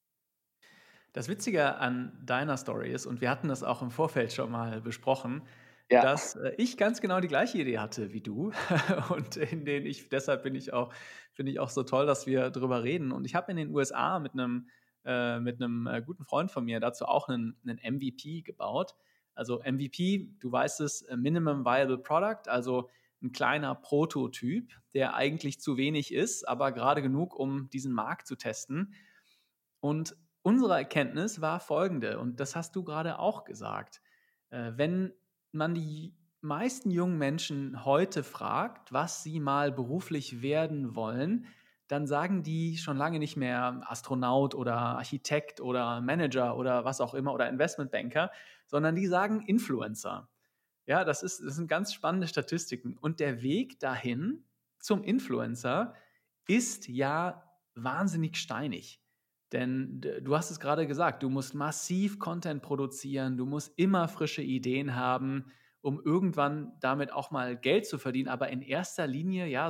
S1: Das Witzige an deiner Story ist, und wir hatten das auch im Vorfeld schon mal besprochen,
S2: Ja.
S1: dass ich ganz genau die gleiche Idee hatte wie du. Und deshalb finde ich auch so toll, dass wir drüber reden. Und ich habe in den USA mit einem guten Freund von mir dazu auch einen MVP gebaut. Also MVP, du weißt es, Minimum Viable Product, also ein kleiner Prototyp, der eigentlich zu wenig ist, aber gerade genug, um diesen Markt zu testen. Und unsere Erkenntnis war folgende, und das hast du gerade auch gesagt. Wenn man die meisten jungen Menschen heute fragt, was sie mal beruflich werden wollen, dann sagen die schon lange nicht mehr Astronaut oder Architekt oder Manager oder was auch immer oder Investmentbanker, sondern die sagen Influencer. Ja, das sind ganz spannende Statistiken. Und der Weg dahin zum Influencer ist ja wahnsinnig steinig. Denn du hast es gerade gesagt, du musst massiv Content produzieren, du musst immer frische Ideen haben, um irgendwann damit auch mal Geld zu verdienen, aber in erster Linie ja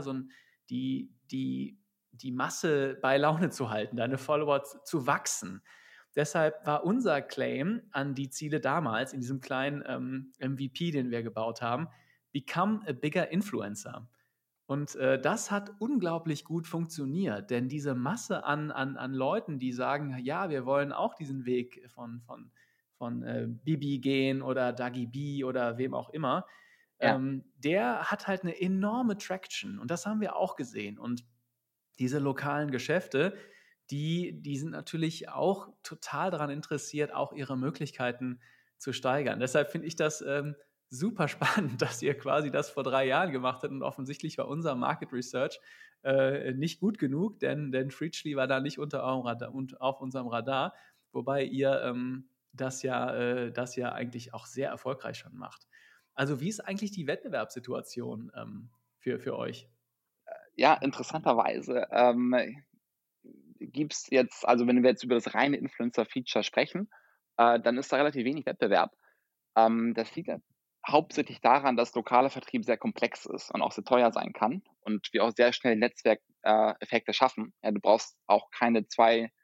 S1: die Masse bei Laune zu halten, deine Follower zu wachsen. Deshalb war unser Claim an die Ziele damals in diesem kleinen MVP, den wir gebaut haben, Become a bigger influencer. Und das hat unglaublich gut funktioniert, denn diese Masse an Leuten, die sagen, ja, wir wollen auch diesen Weg von Bibi gehen oder Dagi B oder wem auch immer,
S2: Ja.
S1: der hat halt eine enorme Traction. Und das haben wir auch gesehen. Und diese lokalen Geschäfte, die sind natürlich auch total daran interessiert, auch ihre Möglichkeiten zu steigern. Deshalb finde ich das super spannend, dass ihr quasi das vor 3 Jahren gemacht habt und offensichtlich war unser Market Research nicht gut genug, denn Freechly war da nicht unter eurem Radar und auf unserem Radar, wobei ihr das ja eigentlich auch sehr erfolgreich schon macht. Also wie ist eigentlich die Wettbewerbssituation für euch?
S2: Ja, interessanterweise, gibt's jetzt also, wenn wir jetzt über das reine Influencer-Feature sprechen, dann ist da relativ wenig Wettbewerb. Das liegt ja hauptsächlich daran, dass lokaler Vertrieb sehr komplex ist und auch sehr teuer sein kann und wir auch sehr schnell Netzwerk Effekte schaffen. Ja, du brauchst auch keine 2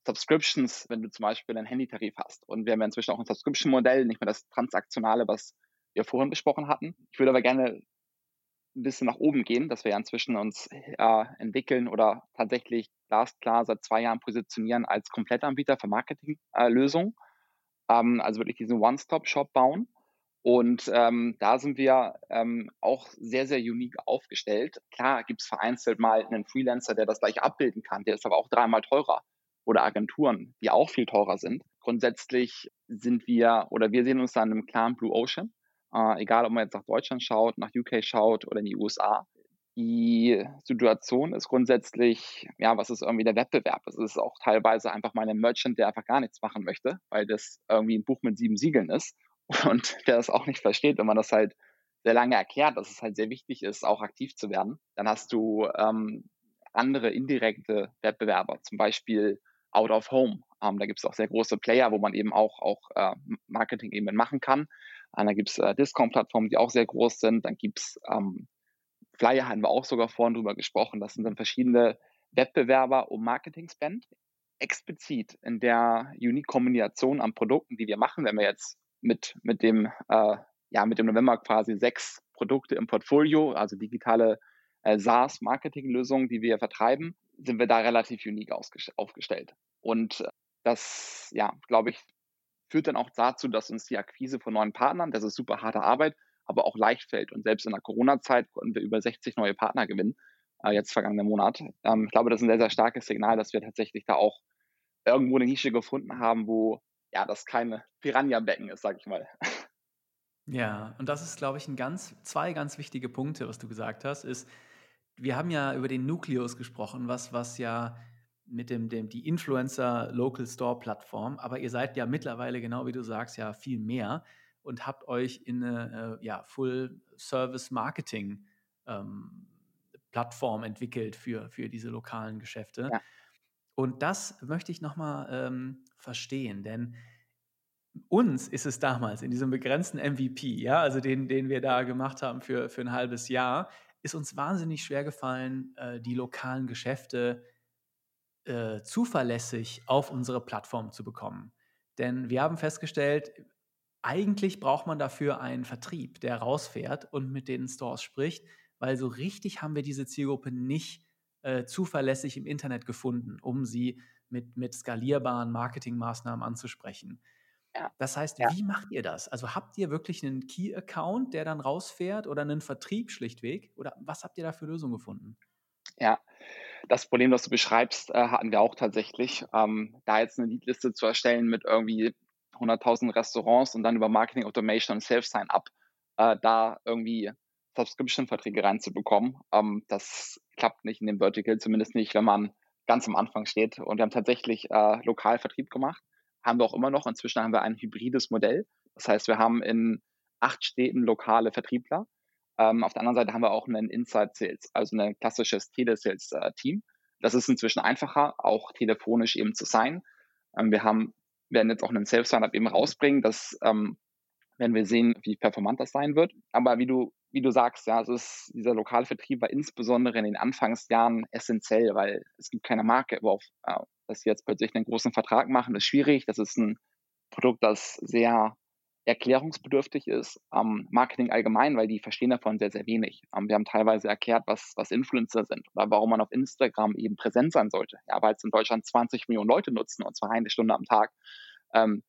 S2: Subscriptions, wenn du zum Beispiel einen Handytarif hast. Und wir haben ja inzwischen auch ein Subscription-Modell, nicht mehr das Transaktionale, was wir vorhin besprochen hatten. Ich würde aber gerne ein bisschen nach oben gehen, dass wir ja inzwischen uns entwickeln oder tatsächlich glasklar seit 2 Jahren positionieren als Komplettanbieter für Marketinglösungen. Also wirklich diesen One-Stop-Shop bauen. Und da sind wir auch sehr, sehr unique aufgestellt. Klar gibt es vereinzelt mal einen Freelancer, der das gleich abbilden kann, der ist aber auch 3-mal teurer. Oder Agenturen, die auch viel teurer sind. Grundsätzlich sind wir oder wir sehen uns da in einem klaren Blue Ocean. Egal, ob man jetzt nach Deutschland schaut, nach UK schaut oder in die USA. Die Situation ist grundsätzlich, ja, was ist irgendwie der Wettbewerb? Es ist auch teilweise einfach mal ein Merchant, der einfach gar nichts machen möchte, weil das irgendwie ein Buch mit 7 Siegeln ist und der das auch nicht versteht, wenn man das halt sehr lange erklärt, dass es halt sehr wichtig ist, auch aktiv zu werden. Dann hast du andere indirekte Wettbewerber, zum Beispiel Out of Home. Da gibt es auch sehr große Player, wo man eben auch Marketing eben machen kann. Da gibt es Discount-Plattformen, die auch sehr groß sind. Dann gibt es Flyer, hatten wir auch sogar vorhin drüber gesprochen. Das sind dann verschiedene Wettbewerber um Marketing-Spend. Explizit in der Unique-Kombination an Produkten, die wir machen, wenn wir jetzt mit dem November quasi 6 Produkte im Portfolio, also digitale SaaS-Marketing-Lösungen, die wir vertreiben, sind wir da relativ unique aufgestellt. Und das, ja, glaube ich, führt dann auch dazu, dass uns die Akquise von neuen Partnern, das ist super harte Arbeit, aber auch leicht fällt. Und selbst in der Corona-Zeit konnten wir über 60 neue Partner gewinnen, jetzt vergangenen Monat. Ich glaube, das ist ein sehr, sehr starkes Signal, dass wir tatsächlich da auch irgendwo eine Nische gefunden haben, wo ja das keine Piranha-Becken ist, sag ich mal.
S1: Ja, und das ist, glaube ich, zwei ganz wichtige Punkte, was du gesagt hast, ist, wir haben ja über den Nukleus gesprochen, was ja mit die Influencer Local Store Plattform, aber ihr seid ja mittlerweile, genau wie du sagst, ja viel mehr und habt euch in eine Full Service Marketing ähm, Plattform entwickelt für diese lokalen Geschäfte.
S2: Ja,
S1: Und das möchte ich nochmal verstehen, denn uns ist es damals in diesem begrenzten MVP, ja, also den wir da gemacht haben für ein halbes Jahr, ist uns wahnsinnig schwer gefallen, die lokalen Geschäfte zuverlässig auf unsere Plattform zu bekommen. Denn wir haben festgestellt, eigentlich braucht man dafür einen Vertrieb, der rausfährt und mit den Stores spricht, weil so richtig haben wir diese Zielgruppe nicht zuverlässig im Internet gefunden, um sie mit skalierbaren Marketingmaßnahmen anzusprechen.
S2: ja,
S1: Das heißt,
S2: ja,
S1: wie macht ihr das? Also habt ihr wirklich einen Key-Account, der dann rausfährt oder einen Vertrieb schlichtweg? Oder was habt ihr da für Lösungen gefunden?
S2: ja. Das Problem, das du beschreibst, hatten wir auch tatsächlich. Da jetzt eine Leadliste zu erstellen mit irgendwie 100.000 Restaurants und dann über Marketing Automation und Self-Sign-Up da irgendwie Subscription-Verträge reinzubekommen, das klappt nicht in dem Vertical, zumindest nicht, wenn man ganz am Anfang steht. Und wir haben tatsächlich lokal Vertrieb gemacht, haben wir auch immer noch. Inzwischen haben wir ein hybrides Modell. Das heißt, wir haben in 8 Städten lokale Vertriebler. Auf der anderen Seite haben wir auch einen Inside Sales, also ein klassisches Telesales-Team. Das ist inzwischen einfacher, auch telefonisch eben zu sein. Werden jetzt auch einen Self-Sign-Up eben rausbringen. Das werden wir sehen, wie performant das sein wird. Aber wie du sagst, ja, dieser lokale Vertrieb war insbesondere in den Anfangsjahren essentiell, weil es gibt keine Marke, dass sie jetzt plötzlich einen großen Vertrag machen, ist schwierig. Das ist ein Produkt, das sehr erklärungsbedürftig ist. Marketing allgemein, weil die verstehen davon sehr, sehr wenig. Wir haben teilweise erklärt, was Influencer sind oder warum man auf Instagram eben präsent sein sollte. Ja, weil es in Deutschland 20 Millionen Leute nutzen und zwar eine Stunde am Tag. Ähm,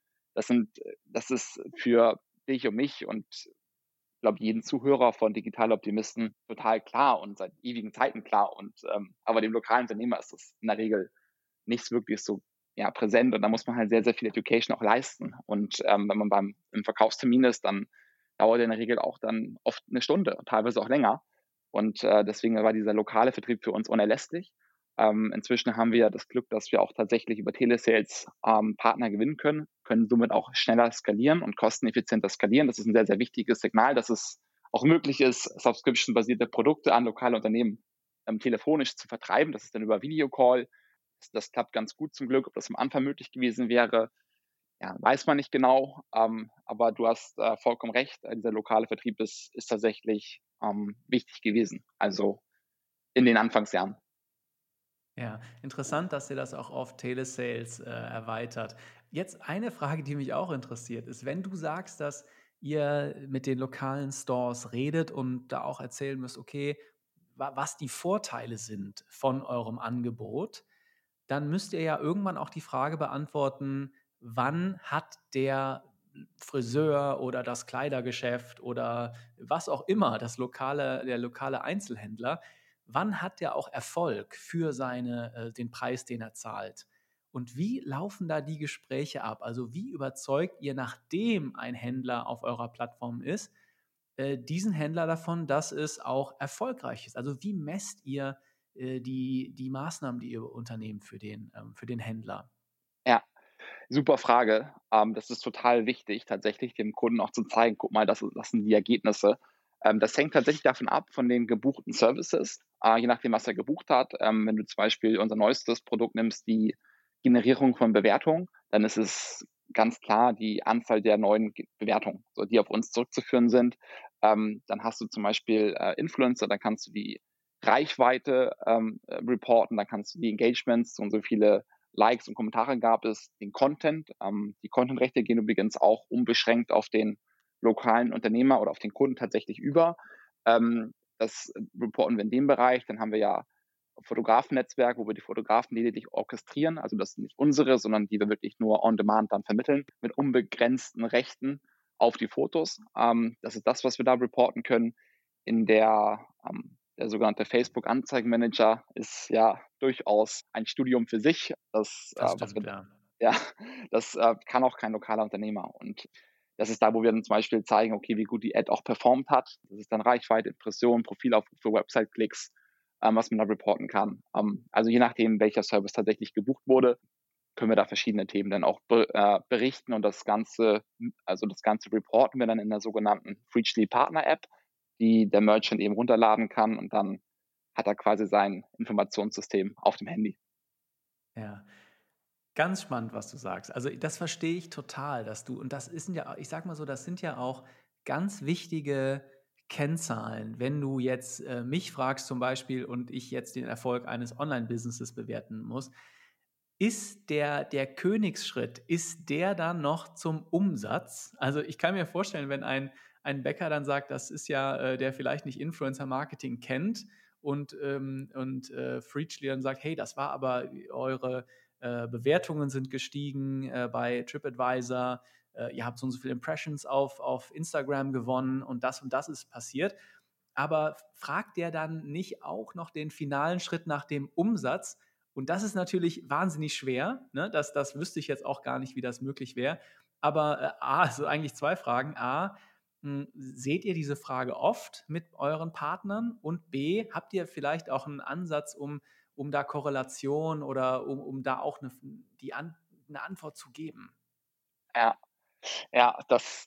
S2: das ist für dich und mich und ich glaube jeden Zuhörer von Digital Optimisten total klar und seit ewigen Zeiten klar. Aber dem lokalen Unternehmer ist das in der Regel nicht wirklich so ja, präsent und da muss man halt sehr, sehr viel Education auch leisten. Und wenn man im Verkaufstermin ist, dann dauert der in der Regel auch dann oft eine Stunde, teilweise auch länger. Und deswegen war dieser lokale Vertrieb für uns unerlässlich. Inzwischen haben wir das Glück, dass wir auch tatsächlich über Telesales Partner gewinnen können somit auch schneller skalieren und kosteneffizienter skalieren. Das ist ein sehr, sehr wichtiges Signal, dass es auch möglich ist, subscription-basierte Produkte an lokale Unternehmen telefonisch zu vertreiben. Das ist dann über Videocall. Das klappt ganz gut zum Glück. Ob das am Anfang möglich gewesen wäre, ja, weiß man nicht genau. Aber du hast vollkommen recht. Dieser lokale Vertrieb ist tatsächlich wichtig gewesen. Also in den Anfangsjahren.
S1: Ja, interessant, dass ihr das auch auf Telesales, erweitert. Jetzt eine Frage, die mich auch interessiert, ist, wenn du sagst, dass ihr mit den lokalen Stores redet und da auch erzählen müsst, okay, was die Vorteile sind von eurem Angebot, dann müsst ihr ja irgendwann auch die Frage beantworten, wann hat der Friseur oder das Kleidergeschäft oder was auch immer, der lokale Einzelhändler, wann hat der auch Erfolg für den Preis, den er zahlt? Und wie laufen da die Gespräche ab? Also wie überzeugt ihr, nachdem ein Händler auf eurer Plattform ist, diesen Händler davon, dass es auch erfolgreich ist? Also wie messt ihr die Maßnahmen, die ihr unternehmt für den Händler?
S2: Ja, super Frage. Das ist total wichtig, tatsächlich dem Kunden auch zu zeigen: „Guck mal, das sind die Ergebnisse.“ Das hängt tatsächlich davon ab, von den gebuchten Services, je nachdem, was er gebucht hat. Wenn du zum Beispiel unser neuestes Produkt nimmst, die Generierung von Bewertungen, dann ist es ganz klar die Anzahl der neuen Bewertungen, so, die auf uns zurückzuführen sind. Dann hast du zum Beispiel Influencer, dann kannst du die Reichweite reporten, dann kannst du die Engagements, so und so viele Likes und Kommentare gab es, den Content. Die Content-Rechte gehen übrigens auch unbeschränkt auf den lokalen Unternehmer oder auf den Kunden tatsächlich über. Das reporten wir in dem Bereich. Dann haben wir ja Fotografennetzwerk, wo wir die Fotografen lediglich orchestrieren. Also das sind nicht unsere, sondern die wir wirklich nur on demand dann vermitteln mit unbegrenzten Rechten auf die Fotos. Das ist das, was wir da reporten können. Der sogenannte Facebook-Anzeigenmanager ist ja durchaus ein Studium für sich.
S1: Das
S2: Was wir,
S1: stimmt, ja.
S2: ja, das kann auch kein lokaler Unternehmer. Und das ist da, wo wir dann zum Beispiel zeigen, okay, wie gut die Ad auch performt hat. Das ist dann Reichweite, Impressionen, Profilaufrufe, Website-Klicks, was man da reporten kann. Also je nachdem, welcher Service tatsächlich gebucht wurde, können wir da verschiedene Themen dann auch berichten und das Ganze reporten wir dann in der sogenannten Freechly Partner App, die der Merchant eben runterladen kann und dann hat er quasi sein Informationssystem auf dem Handy.
S1: Ja. Ganz spannend, was du sagst. Also, das verstehe ich total, dass du und das ist ja ich sage mal so, das sind ja auch ganz wichtige Kennzahlen. Wenn du jetzt, mich fragst zum Beispiel und ich jetzt den Erfolg eines Online-Businesses bewerten muss, ist der Königsschritt, ist der dann noch zum Umsatz? Also, ich kann mir vorstellen, wenn ein Bäcker dann sagt, das ist ja der vielleicht nicht Influencer-Marketing kennt Freechly dann sagt: „Hey, das war aber eure Bewertungen sind gestiegen bei TripAdvisor, ihr habt so und so viele Impressions auf Instagram gewonnen und das ist passiert. Aber fragt der dann nicht auch noch den finalen Schritt nach dem Umsatz? Und das ist natürlich wahnsinnig schwer. Ne? Das wüsste ich jetzt auch gar nicht, wie das möglich wäre. Aber A, also eigentlich zwei Fragen. A, seht ihr diese Frage oft mit euren Partnern? Und B, habt ihr vielleicht auch einen Ansatz, um da Korrelation oder um da auch eine Antwort zu geben?
S2: Ja, ja,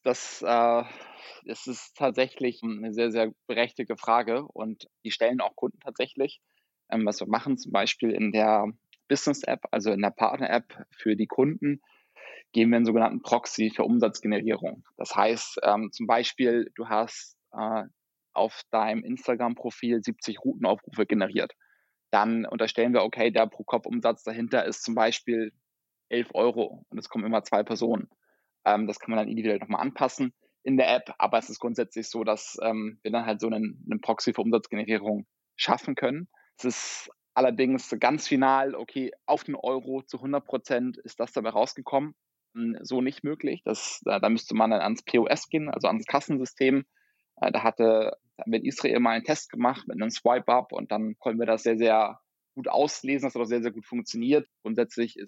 S2: das ist tatsächlich eine sehr, sehr berechtigte Frage und die stellen auch Kunden tatsächlich. Was wir machen, zum Beispiel in der Business-App, also in der Partner-App für die Kunden, geben wir einen sogenannten Proxy für Umsatzgenerierung. Das heißt, zum Beispiel, du hast auf deinem Instagram-Profil 70 Routenaufrufe generiert. Dann unterstellen wir, okay, der Pro-Kopf-Umsatz dahinter ist zum Beispiel 11 € und es kommen immer 2 Personen. Das kann man dann individuell nochmal anpassen in der App, aber es ist grundsätzlich so, dass wir dann halt so einen Proxy für Umsatzgenerierung schaffen können. Es ist allerdings ganz final, okay, auf den Euro zu 100% ist das dabei rausgekommen. So nicht möglich. Da müsste man dann ans POS gehen, also ans Kassensystem. Da haben wir in Israel mal einen Test gemacht mit einem Swipe-Up und dann konnten wir das sehr, sehr gut auslesen. Das hat auch sehr, sehr gut funktioniert. Grundsätzlich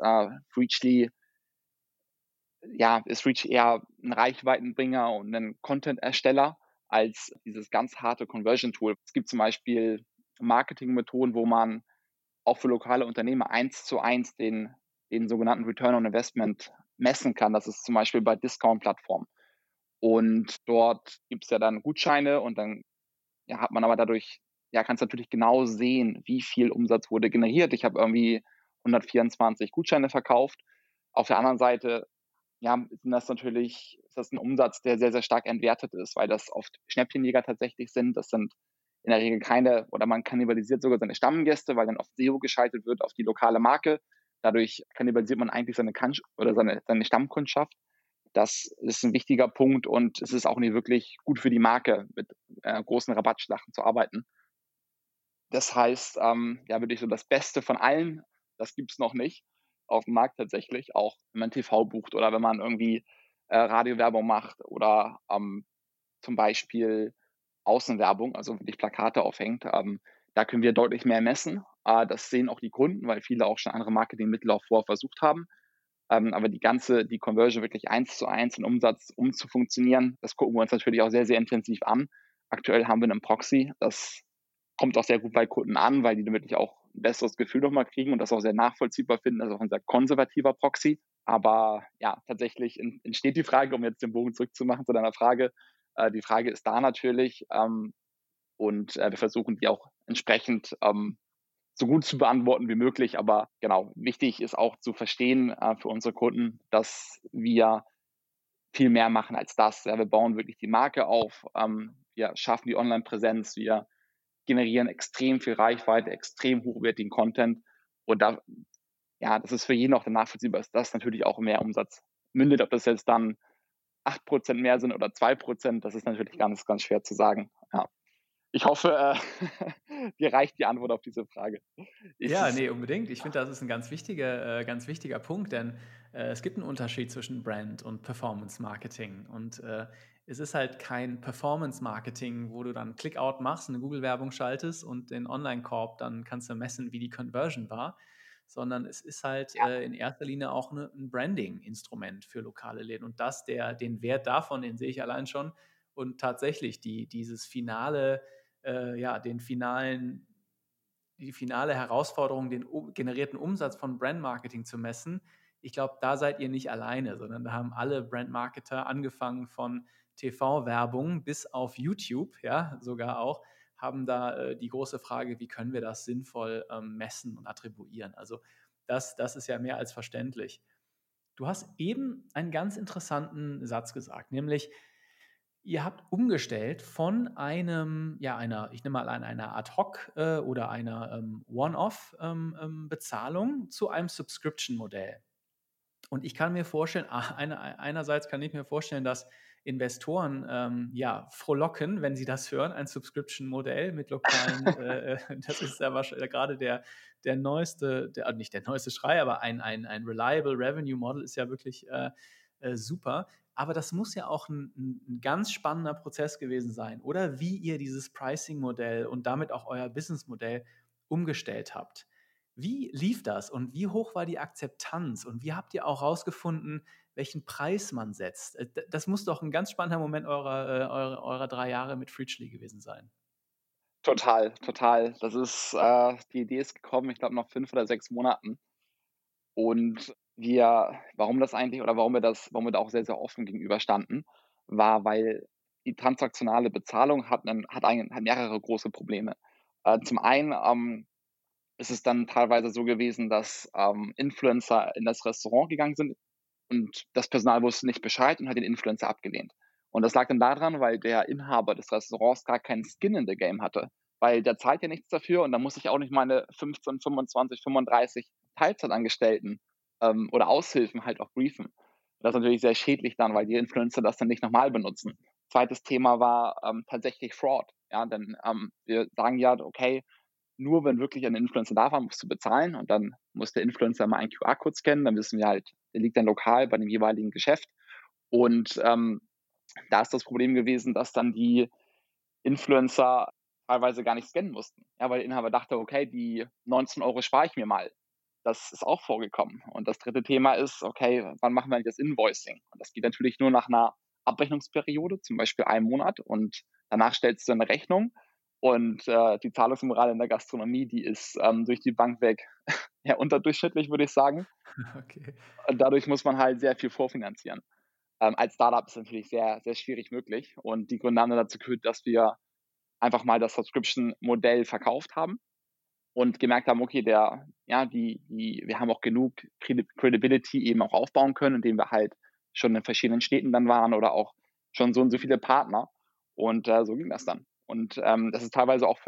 S2: ist Reach eher ein Reichweitenbringer und ein Content-Ersteller als dieses ganz harte Conversion-Tool. Es gibt zum Beispiel Marketingmethoden, wo man auch für lokale Unternehmer 1:1 den sogenannten Return on Investment messen kann. Das ist zum Beispiel bei Discount-Plattformen. Und dort gibt es ja dann Gutscheine und dann hat man aber dadurch, kannst natürlich genau sehen, wie viel Umsatz wurde generiert. Ich habe irgendwie 124 Gutscheine verkauft. Auf der anderen Seite, ist das ein Umsatz, der sehr, sehr stark entwertet ist, weil das oft Schnäppchenjäger tatsächlich sind. Das sind in der Regel keine, oder man kannibalisiert sogar seine Stammgäste, weil dann auf SEO geschaltet wird, auf die lokale Marke. Dadurch kannibalisiert man eigentlich seine Stammkundschaft. Das ist ein wichtiger Punkt und es ist auch nicht wirklich gut für die Marke, mit großen Rabattschlachten zu arbeiten. Das heißt, ja, wirklich so das Beste von allen, das gibt's noch nicht auf dem Markt tatsächlich, auch wenn man TV bucht oder wenn man irgendwie Radiowerbung macht oder zum Beispiel Außenwerbung, also wirklich Plakate aufhängt. Da können wir deutlich mehr messen. Das sehen auch die Kunden, weil viele auch schon andere Marketingmittel auch vorher versucht haben. Aber die Conversion wirklich 1:1 in Umsatz umzufunktionieren, das gucken wir uns natürlich auch sehr, sehr intensiv an. Aktuell haben wir einen Proxy, das kommt auch sehr gut bei Kunden an, weil die dann wirklich auch ein besseres Gefühl nochmal kriegen und das auch sehr nachvollziehbar finden. Das ist auch ein sehr konservativer Proxy. Aber ja, tatsächlich entsteht die Frage, um jetzt den Bogen zurückzumachen zu deiner Frage. Die Frage ist da natürlich und wir versuchen die auch entsprechend so gut zu beantworten wie möglich. Aber genau, wichtig ist auch zu verstehen für unsere Kunden, dass wir viel mehr machen als das. Ja, wir bauen wirklich die Marke auf, wir schaffen die Online-Präsenz, wir generieren extrem viel Reichweite, extrem hochwertigen Content. Und das ist für jeden auch dann nachvollziehbar, dass das natürlich auch mehr Umsatz mündet. Ob das jetzt dann 8% mehr sind oder 2%, das ist natürlich ganz, ganz schwer zu sagen. Ja. Ich hoffe, dir reicht die Antwort auf diese Frage.
S1: Ja, nee, unbedingt. Ich finde, das ist ein ganz wichtiger Punkt, denn es gibt einen Unterschied zwischen Brand und Performance Marketing. Und es ist halt kein Performance Marketing, wo du dann Click-out machst, eine Google-Werbung schaltest und den Online-Korb, dann kannst du messen, wie die Conversion war, sondern es ist halt in erster Linie auch ein Branding-Instrument für lokale Läden. Und den Wert davon, den sehe ich allein schon. Und tatsächlich dieses finale, die finale Herausforderung, den generierten Umsatz von Brandmarketing zu messen, ich glaube, da seid ihr nicht alleine, sondern da haben alle Brandmarketer, angefangen von TV-Werbung bis auf YouTube, ja, sogar auch, haben da die große Frage, wie können wir das sinnvoll messen und attribuieren. Also das ist ja mehr als verständlich. Du hast eben einen ganz interessanten Satz gesagt, nämlich, ihr habt umgestellt von ich nehme mal an, einer Ad-Hoc oder einer One-Off-Bezahlung zu einem Subscription-Modell. Und ich kann mir vorstellen, einerseits kann ich mir vorstellen, dass Investoren frohlocken, wenn sie das hören, ein Subscription-Modell mit lokalen, das ist ja wahrscheinlich gerade der neueste, nicht der neueste Schrei, aber ein reliable Revenue Model ist ja wirklich super. Aber das muss ja auch ein ganz spannender Prozess gewesen sein, oder wie ihr dieses Pricing-Modell und damit auch euer Business-Modell umgestellt habt. Wie lief das und wie hoch war die Akzeptanz und wie habt ihr auch rausgefunden, welchen Preis man setzt? Das muss doch ein ganz spannender Moment eurer 3 Jahre mit Freechly gewesen sein.
S2: Total, total. Die Idee ist gekommen, ich glaube, nach 5 oder 6 Monaten. Und warum wir da auch sehr, sehr offen gegenüberstanden, war, weil die transaktionale Bezahlung hat mehrere große Probleme. Zum einen ist es dann teilweise so gewesen, dass Influencer in das Restaurant gegangen sind und das Personal wusste nicht Bescheid und hat den Influencer abgelehnt. Und das lag dann daran, weil der Inhaber des Restaurants gar keinen Skin in the Game hatte, weil der zahlt ja nichts dafür und da muss ich auch nicht meine 15, 25, 35 Teilzeitangestellten oder Aushilfen halt auch briefen. Das ist natürlich sehr schädlich dann, weil die Influencer das dann nicht nochmal benutzen. Zweites Thema war tatsächlich Fraud. Ja, denn wir sagen ja, okay, nur wenn wirklich ein Influencer da war, musst du bezahlen und dann muss der Influencer mal einen QR-Code scannen, dann wissen wir halt, der liegt dann lokal bei dem jeweiligen Geschäft. Und da ist das Problem gewesen, dass dann die Influencer teilweise gar nicht scannen mussten. Ja, weil der Inhaber dachte, okay, die 19 € spare ich mir mal. Das ist auch vorgekommen. Und das dritte Thema ist, okay, wann machen wir eigentlich das Invoicing? Und das geht natürlich nur nach einer Abrechnungsperiode, zum Beispiel einem Monat. Und danach stellst du eine Rechnung. Und die Zahlungsmoral in der Gastronomie, die ist durch die Bank weg ja unterdurchschnittlich, würde ich sagen.
S1: Okay.
S2: Und dadurch muss man halt sehr viel vorfinanzieren. Als Startup ist das natürlich sehr, sehr schwierig möglich. Und die Gründe haben dann dazu geführt, dass wir einfach mal das Subscription-Modell verkauft haben und gemerkt haben, okay, wir haben auch genug Credibility eben auch aufbauen können, indem wir halt schon in verschiedenen Städten dann waren oder auch schon so und so viele Partner. Und so ging das dann. Und das ist teilweise auch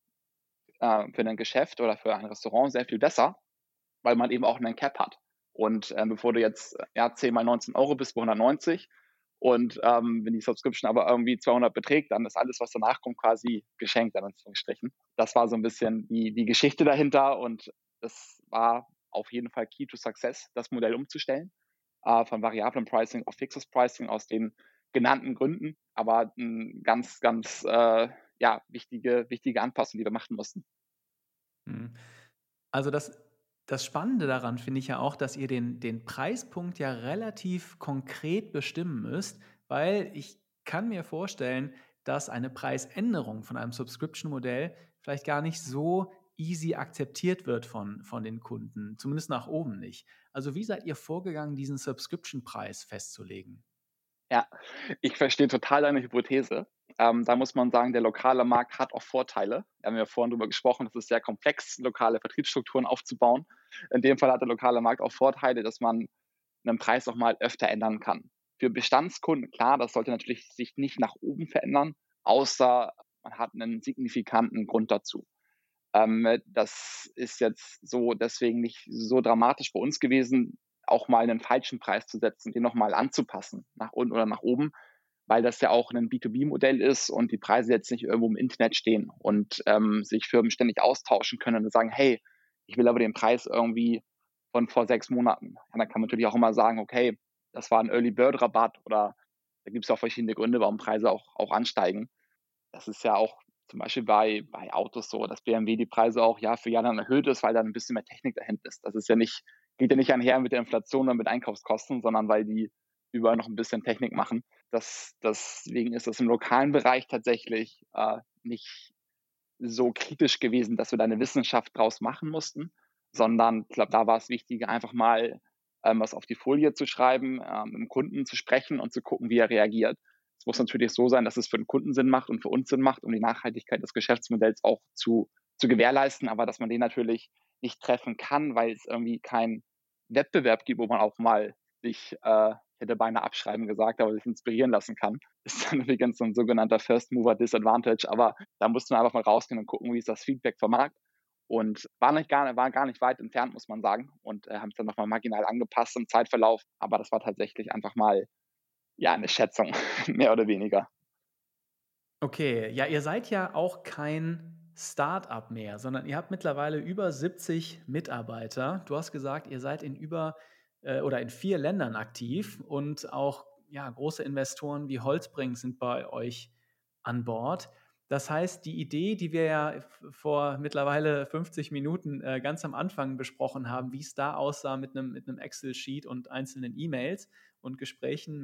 S2: für ein Geschäft oder für ein Restaurant sehr viel besser, weil man eben auch einen Cap hat. Und bevor du jetzt 10 mal 19 Euro bist, bei 190 und wenn die Subscription aber irgendwie 200 beträgt, dann ist alles, was danach kommt, quasi geschenkt, in Anführungsstrichen. Das war so ein bisschen die Geschichte dahinter und es war auf jeden Fall Key to Success, das Modell umzustellen, von variablem Pricing auf fixes Pricing aus den genannten Gründen, aber ganz, ganz wichtige Anpassung, die wir machen mussten.
S1: Mhm. Also das Spannende daran finde ich ja auch, dass ihr den Preispunkt ja relativ konkret bestimmen müsst, weil ich kann mir vorstellen, dass eine Preisänderung von einem Subscription-Modell vielleicht gar nicht so easy akzeptiert wird von den Kunden, zumindest nach oben nicht. Also wie seid ihr vorgegangen, diesen Subscription-Preis festzulegen?
S2: Ja, ich verstehe total deine Hypothese. Da muss man sagen, der lokale Markt hat auch Vorteile. Wir haben ja vorhin darüber gesprochen, es ist sehr komplex, lokale Vertriebsstrukturen aufzubauen. In dem Fall hat der lokale Markt auch Vorteile, dass man einen Preis auch mal öfter ändern kann. Für Bestandskunden, klar, das sollte natürlich sich nicht nach oben verändern, außer man hat einen signifikanten Grund dazu. Das ist jetzt so deswegen nicht so dramatisch bei uns gewesen, auch mal einen falschen Preis zu setzen, den nochmal anzupassen, nach unten oder nach oben, weil das ja auch ein B2B-Modell ist und die Preise jetzt nicht irgendwo im Internet stehen und sich Firmen ständig austauschen können und sagen, hey, ich will aber den Preis irgendwie von vor 6 Monaten. Ja, dann kann man natürlich auch immer sagen, okay, das war ein Early Bird Rabatt oder da gibt es auch verschiedene Gründe, warum Preise auch ansteigen. Das ist ja auch zum Beispiel bei Autos so, dass BMW die Preise auch Jahr für Jahr dann erhöht ist, weil da ein bisschen mehr Technik dahinter ist. Das ist ja nicht geht ja nicht einher mit der Inflation oder mit Einkaufskosten, sondern weil die überall noch ein bisschen Technik machen. Deswegen ist das im lokalen Bereich tatsächlich, nicht so kritisch gewesen, dass wir da 'ne Wissenschaft draus machen mussten, sondern ich glaube, da war es wichtiger, einfach mal, was auf die Folie zu schreiben, mit'm Kunden zu sprechen und zu gucken, wie er reagiert. Es muss natürlich so sein, dass es für den Kunden Sinn macht und für uns Sinn macht, um die Nachhaltigkeit des Geschäftsmodells auch zu gewährleisten, aber dass man den natürlich nicht treffen kann, weil es irgendwie keinen Wettbewerb gibt, wo man auch mal sich, ich hätte beinahe abschreiben gesagt, aber sich inspirieren lassen kann. Ist dann übrigens so 'n sogenannter First Mover Disadvantage, aber da mussten wir einfach mal rausgehen und gucken, wie ist das Feedback vom Markt und war gar nicht weit entfernt, muss man sagen und, haben es dann noch mal marginal angepasst im Zeitverlauf, aber das war tatsächlich einfach mal, ja, 'ne Schätzung, mehr oder weniger.
S1: Okay, ja, ihr seid ja auch kein Start-up mehr, sondern ihr habt mittlerweile über 70 Mitarbeiter. Du hast gesagt, ihr seid in über oder in 4 Ländern aktiv und auch, ja, große Investoren wie Holzbring sind bei euch an Bord. Das heißt, die Idee, die wir ja vor mittlerweile 50 Minuten, ganz am Anfang besprochen haben, wie es da aussah mit 'nem Excel-Sheet und einzelnen E-Mails und Gesprächen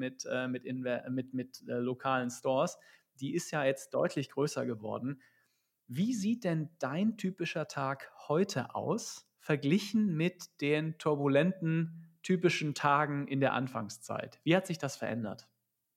S1: mit lokalen Stores, die ist ja jetzt deutlich größer geworden. Wie sieht denn dein typischer Tag heute aus, verglichen mit den turbulenten, typischen Tagen in der Anfangszeit? Wie hat sich das verändert?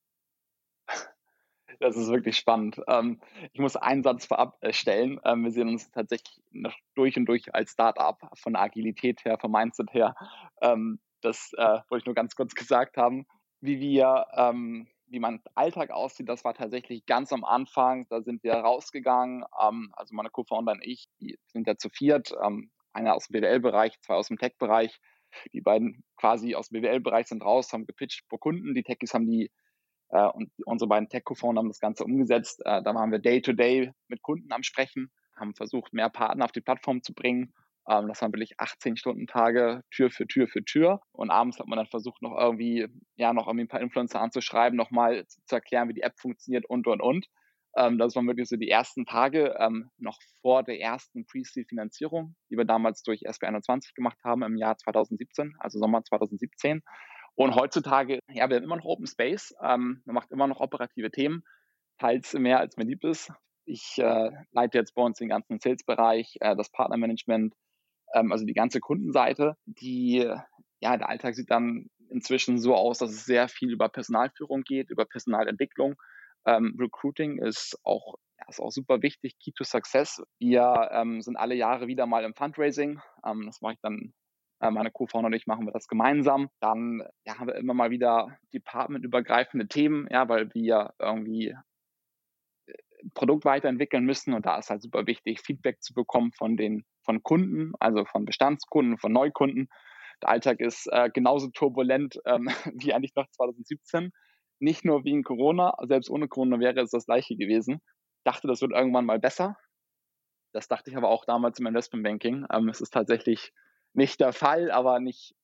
S2: Das ist wirklich spannend. Ich muss einen Satz vorab, stellen. Wir sehen uns tatsächlich noch durch und durch als Start-up von der Agilität her, vom Mindset her. Das, wollte ich nur ganz kurz gesagt haben. Wie mein Alltag aussieht, das war tatsächlich ganz am Anfang. Da sind wir rausgegangen, also meine Co-Founder und ich, die sind ja zu viert, einer aus dem BWL-Bereich, 2 aus dem Tech-Bereich. Die beiden quasi aus dem BWL-Bereich sind raus, haben gepitcht vor Kunden. Die Techies haben und unsere beiden Tech-Co-Founder haben das Ganze umgesetzt. Da waren wir Day-to-Day mit Kunden am Sprechen, haben versucht, mehr Partner auf die Plattform zu bringen. Das waren wirklich 18-Stunden-Tage, Tür für Tür für Tür. Und abends hat man dann versucht, noch irgendwie ein paar Influencer anzuschreiben, nochmal zu erklären, wie die App funktioniert und. Das waren wirklich so die ersten Tage, noch vor der ersten Pre-Seed-Finanzierung, die wir damals durch SB21 gemacht haben im Jahr 2017, also Sommer 2017. Und heutzutage, ja, wir haben immer noch Open Space, man macht immer noch operative Themen, teils mehr als mir lieb ist. Ich leite jetzt bei uns den ganzen Sales-Bereich, das Partnermanagement, also die ganze Kundenseite. Der Alltag sieht dann inzwischen so aus, dass es sehr viel über Personalführung geht, über Personalentwicklung. Recruiting ist auch super wichtig, Key to Success. Wir sind alle Jahre wieder mal im Fundraising. Das mache ich dann meine Co-Founder und ich machen wir das gemeinsam. Dann haben wir immer mal wieder departmentübergreifende Themen, ja, weil wir irgendwie Produkt weiterentwickeln müssen. Und da ist halt super wichtig, Feedback zu bekommen von Kunden, also von Bestandskunden, von Neukunden. Der Alltag ist genauso turbulent wie eigentlich noch 2017. Nicht nur wegen Corona, selbst ohne Corona wäre es das Gleiche gewesen. Ich dachte, das wird irgendwann mal besser. Das dachte ich aber auch damals im Investmentbanking. Es ist tatsächlich nicht der Fall, aber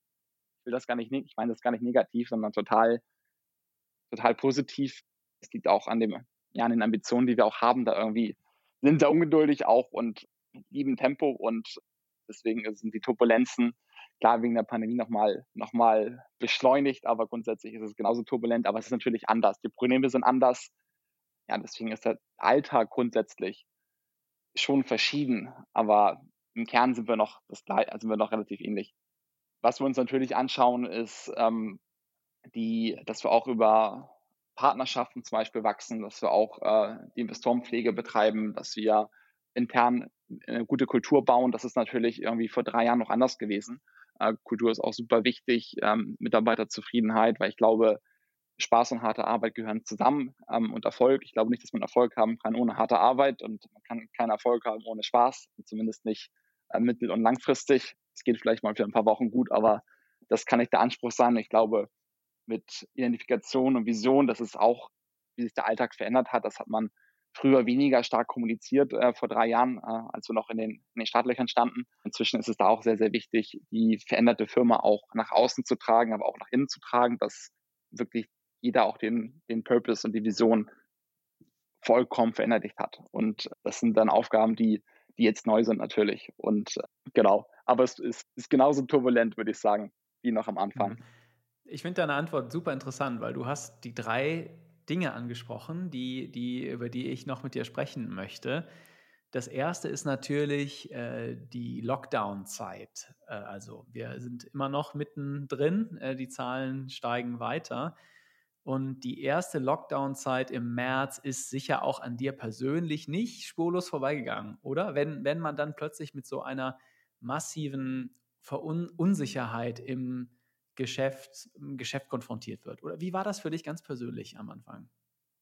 S2: ich meine das gar nicht negativ, sondern total, total positiv. Es liegt auch an an den Ambitionen, die wir auch haben, da irgendwie sind da ungeduldig auch und lieben Tempo und deswegen sind die Turbulenzen klar wegen der Pandemie noch mal beschleunigt, aber grundsätzlich ist es genauso turbulent, aber es ist natürlich anders. Die Probleme sind anders. Ja, deswegen ist der Alltag grundsätzlich schon verschieden, aber im Kern sind wir noch sind wir noch relativ ähnlich. Was wir uns natürlich anschauen, ist, dass wir auch über Partnerschaften zum Beispiel wachsen, dass wir auch die Investorenpflege betreiben, dass wir intern eine gute Kultur bauen. Das ist natürlich irgendwie vor 3 Jahren noch anders gewesen. Kultur ist auch super wichtig, Mitarbeiterzufriedenheit, weil ich glaube, Spaß und harte Arbeit gehören zusammen und Erfolg. Ich glaube nicht, dass man Erfolg haben kann ohne harte Arbeit und man kann keinen Erfolg haben ohne Spaß, zumindest nicht mittel- und langfristig. Es geht vielleicht mal für ein paar Wochen gut, aber das kann nicht der Anspruch sein. Ich glaube, mit Identifikation und Vision, das ist auch, wie sich der Alltag verändert hat. Das hat man früher weniger stark kommuniziert, vor 3 Jahren, als wir noch in den Startlöchern standen. Inzwischen ist es da auch sehr, sehr wichtig, die veränderte Firma auch nach außen zu tragen, aber auch nach innen zu tragen, dass wirklich jeder auch den Purpose und die Vision vollkommen verinnerlicht hat. Und das sind dann Aufgaben, die jetzt neu sind natürlich. Und genau, aber es ist genauso turbulent, würde ich sagen, wie noch am Anfang.
S1: Ich finde deine Antwort super interessant, weil du hast die 3 Dinge angesprochen, über die ich noch mit dir sprechen möchte. Das erste ist natürlich die Lockdown-Zeit. Also wir sind immer noch mittendrin, die Zahlen steigen weiter. Und die erste Lockdown-Zeit im März ist sicher auch an dir persönlich nicht spurlos vorbeigegangen, oder? Wenn man dann plötzlich mit so einer massiven Unsicherheit im Geschäft konfrontiert wird. Oder wie war das für dich ganz persönlich am Anfang?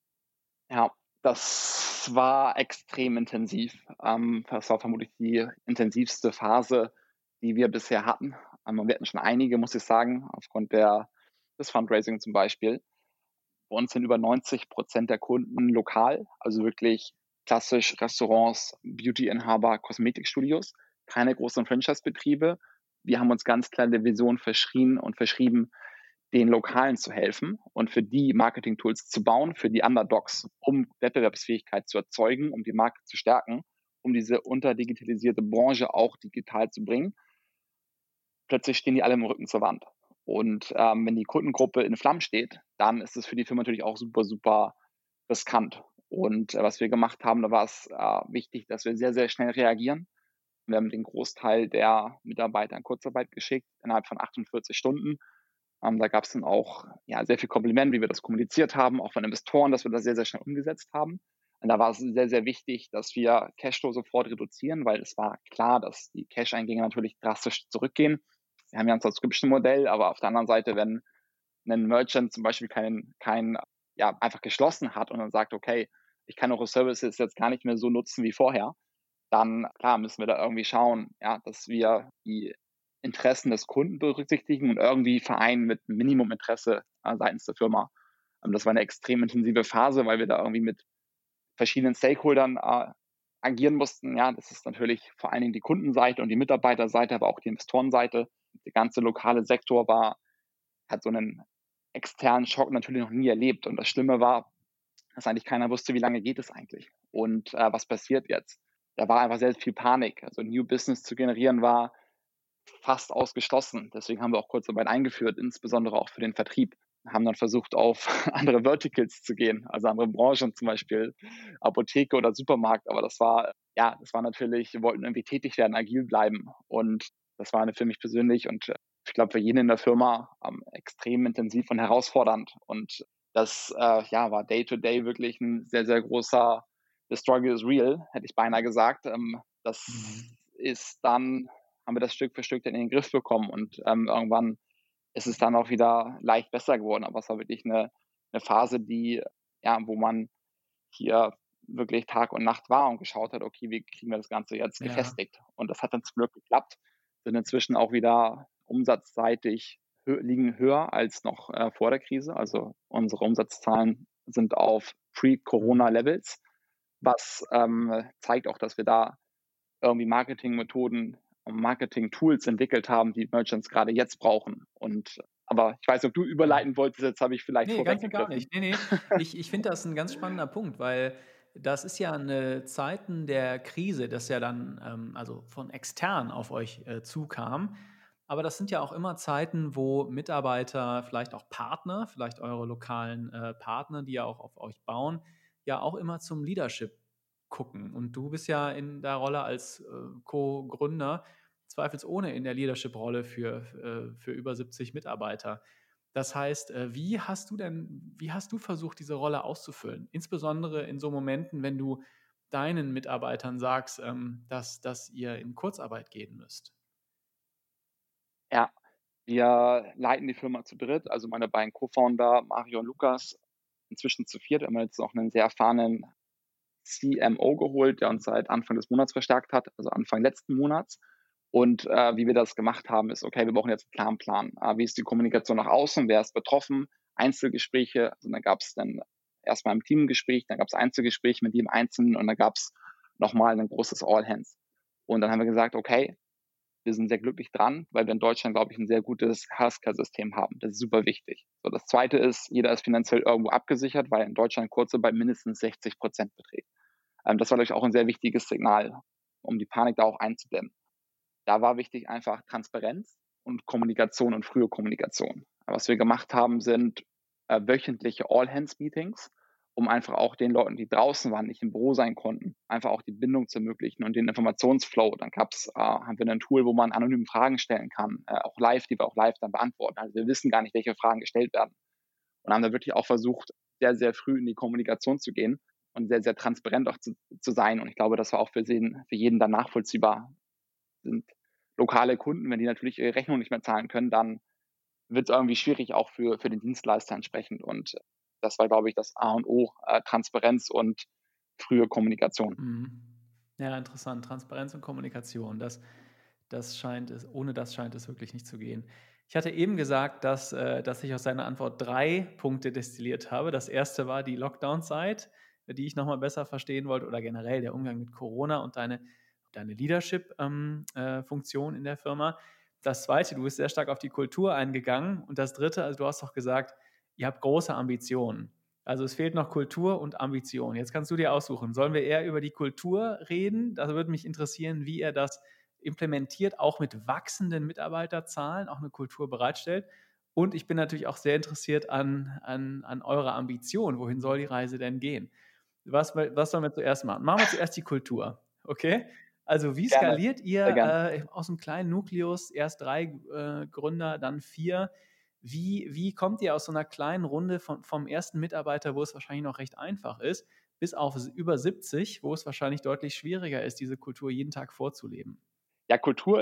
S2: Ja, das war extrem intensiv. Das war vermutlich die intensivste Phase, die wir bisher hatten. Wir hatten schon einige, muss ich sagen, aufgrund des Fundraising zum Beispiel. Bei uns sind über 90% der Kunden lokal, also wirklich klassisch Restaurants, Beauty-Inhaber, Kosmetikstudios, keine großen Franchise-Betriebe. Wir haben uns ganz klar der Vision verschrieben, den Lokalen zu helfen und für die Marketing-Tools zu bauen, für die Underdogs, um Wettbewerbsfähigkeit zu erzeugen, um die Marke zu stärken, um diese unterdigitalisierte Branche auch digital zu bringen. Plötzlich stehen die alle im Rücken zur Wand. Und wenn die Kundengruppe in Flammen steht, dann ist es für die Firma natürlich auch super, super riskant. Und was wir gemacht haben, da war es wichtig, dass wir sehr, sehr schnell reagieren. Wir haben den Großteil der Mitarbeiter in Kurzarbeit geschickt, innerhalb von 48 Stunden. Da gab es dann auch sehr viel Kompliment, wie wir das kommuniziert haben, auch von Investoren, dass wir das sehr, sehr schnell umgesetzt haben. Und da war es sehr, sehr wichtig, dass wir Cashflow sofort reduzieren, weil es war klar, dass die Cash-Eingänge natürlich drastisch zurückgehen. Wir haben ja ein Subscription-Modell, aber auf der anderen Seite, wenn ein Merchant zum Beispiel einfach geschlossen hat und dann sagt, okay, ich kann eure Services jetzt gar nicht mehr so nutzen wie vorher, dann klar müssen wir da irgendwie schauen, dass wir die Interessen des Kunden berücksichtigen und irgendwie vereinen mit Minimuminteresse seitens der Firma. Das war eine extrem intensive Phase, weil wir da irgendwie mit verschiedenen Stakeholdern agieren mussten. Ja, das ist natürlich vor allen Dingen die Kundenseite und die Mitarbeiterseite, aber auch die Investorenseite. Der ganze lokale Sektor hat so einen externen Schock natürlich noch nie erlebt. Und das Schlimme war, dass eigentlich keiner wusste, wie lange geht es eigentlich und was passiert jetzt. Da war einfach sehr viel Panik. Also New Business zu generieren war fast ausgeschlossen. Deswegen haben wir auch Kurzarbeit eingeführt, insbesondere auch für den Vertrieb. Haben dann versucht, auf andere Verticals zu gehen, also andere Branchen, zum Beispiel Apotheke oder Supermarkt. Aber das war natürlich, wir wollten irgendwie tätig werden, agil bleiben. Und das war für mich persönlich und ich glaube für jeden in der Firma extrem intensiv und herausfordernd. Und das war Day to Day wirklich ein sehr, sehr großer, the struggle is real, hätte ich beinahe gesagt. Das ist dann, haben wir das Stück für Stück dann in den Griff bekommen und irgendwann ist es dann auch wieder leicht besser geworden. Aber es war wirklich eine Phase, wo man hier wirklich Tag und Nacht war und geschaut hat, okay, wie kriegen wir das Ganze jetzt
S1: Ja.
S2: gefestigt? Und das hat dann zum Glück geklappt. Sind inzwischen auch wieder umsatzseitig liegen höher als noch vor der Krise. Also unsere Umsatzzahlen sind auf
S1: Mhm.
S2: Pre-Corona-Levels, was zeigt auch, dass wir da irgendwie Marketingmethoden und Marketing-Tools entwickelt haben, die Merchants gerade jetzt brauchen. Aber ich weiß nicht, ob du
S1: Ja.
S2: überleiten wolltest, jetzt habe ich vielleicht
S1: Ne, ganz und gar
S2: vorweggegriffen.
S1: nicht. Ne. Ich finde das 'n ganz spannender Punkt, weil das ist ja 'ne Zeiten der Krise, das ja dann, also von extern auf euch, zukam. Aber das sind ja auch immer Zeiten, wo Mitarbeiter, vielleicht auch Partner, vielleicht eure lokalen, Partner, die ja auch auf euch bauen, ja auch immer zum Leadership gucken. Und du bist ja in der Rolle als, Co-Gründer zweifelsohne in der Leadership-Rolle für über 70 Mitarbeiter. Das heißt, wie hast du versucht, diese Rolle auszufüllen? Insbesondere in so Momenten, wenn du deinen Mitarbeitern sagst, dass ihr in Kurzarbeit gehen müsst.
S2: Ja, wir leiten die Firma zu dritt, also meine beiden Co-Founder Mario und Lukas, inzwischen zu viert. Wir haben jetzt noch einen sehr erfahrenen CMO geholt, der uns seit Anfang des Monats verstärkt hat, also Anfang letzten Monats. Und wie wir das gemacht haben, ist, okay, wir brauchen jetzt einen klaren Plan. Wie ist die Kommunikation nach außen? Wer ist betroffen? Einzelgespräche. Also dann gab es dann erstmal ein Teamgespräch, dann gab es Einzelgespräche mit jedem Einzelnen und dann gab es nochmal ein großes All Hands. Und dann haben wir gesagt, okay, wir sind sehr glücklich dran, weil wir in Deutschland, glaube ich, ein sehr gutes Healthcare-System haben. Das ist super wichtig. So, das Zweite ist, jeder ist finanziell irgendwo abgesichert, weil in Deutschland Kurzarbeit mindestens 60% beträgt. Das war, glaube ich, auch ein sehr wichtiges Signal, um die Panik da auch einzudämmen. Da war wichtig einfach Transparenz und Kommunikation und frühe Kommunikation. Was wir gemacht haben, sind wöchentliche All-Hands-Meetings, um einfach auch den Leuten, die draußen waren, nicht im Büro sein konnten, einfach auch die Bindung zu ermöglichen und den Informationsflow. Dann haben wir ein Tool, wo man anonym Fragen stellen kann, auch live, die wir auch live dann beantworten. Also wir wissen gar nicht, welche Fragen gestellt werden. Und haben da wirklich auch versucht, sehr, sehr früh in die Kommunikation zu gehen und sehr, sehr transparent auch zu sein. Und ich glaube, das war auch für jeden dann nachvollziehbar. Sind lokale Kunden, wenn die natürlich ihre Rechnung nicht mehr zahlen können, dann wird es irgendwie schwierig auch für den Dienstleister entsprechend. Und das war, glaube ich, das A und O, Transparenz und frühe Kommunikation.
S1: Mhm. Ja, interessant. Transparenz und Kommunikation, ohne das scheint es wirklich nicht zu gehen. Ich hatte eben gesagt, dass ich aus deiner Antwort 3 Punkte destilliert habe. Das erste war die Lockdown-Zeit, die ich noch mal besser verstehen wollte oder generell der Umgang mit Corona und deine Leadership, Funktion in der Firma. Das zweite, du bist sehr stark auf die Kultur eingegangen und das dritte, also, du hast doch gesagt, ihr habt große Ambitionen. Also, es fehlt noch Kultur und Ambition. Jetzt kannst du dir aussuchen, sollen wir eher über die Kultur reden? Da würde mich interessieren, wie ihr das implementiert, auch mit wachsenden Mitarbeiterzahlen, auch eine Kultur bereitstellt. Und ich bin natürlich auch sehr interessiert an eurer Ambition. Wohin soll die Reise denn gehen? Was sollen wir zuerst machen? Machen wir zuerst die Kultur, okay? Also, wie
S2: Gerne,
S1: skaliert
S2: sehr
S1: ihr,
S2: gern.
S1: aus 'm kleinen Nukleus, erst 3 Gründer, dann 4? Wie kommt ihr aus so einer kleinen Runde vom ersten Mitarbeiter, wo es wahrscheinlich noch recht einfach ist, bis auf über 70, wo es wahrscheinlich deutlich schwieriger ist, diese Kultur jeden Tag vorzuleben?
S2: Ja,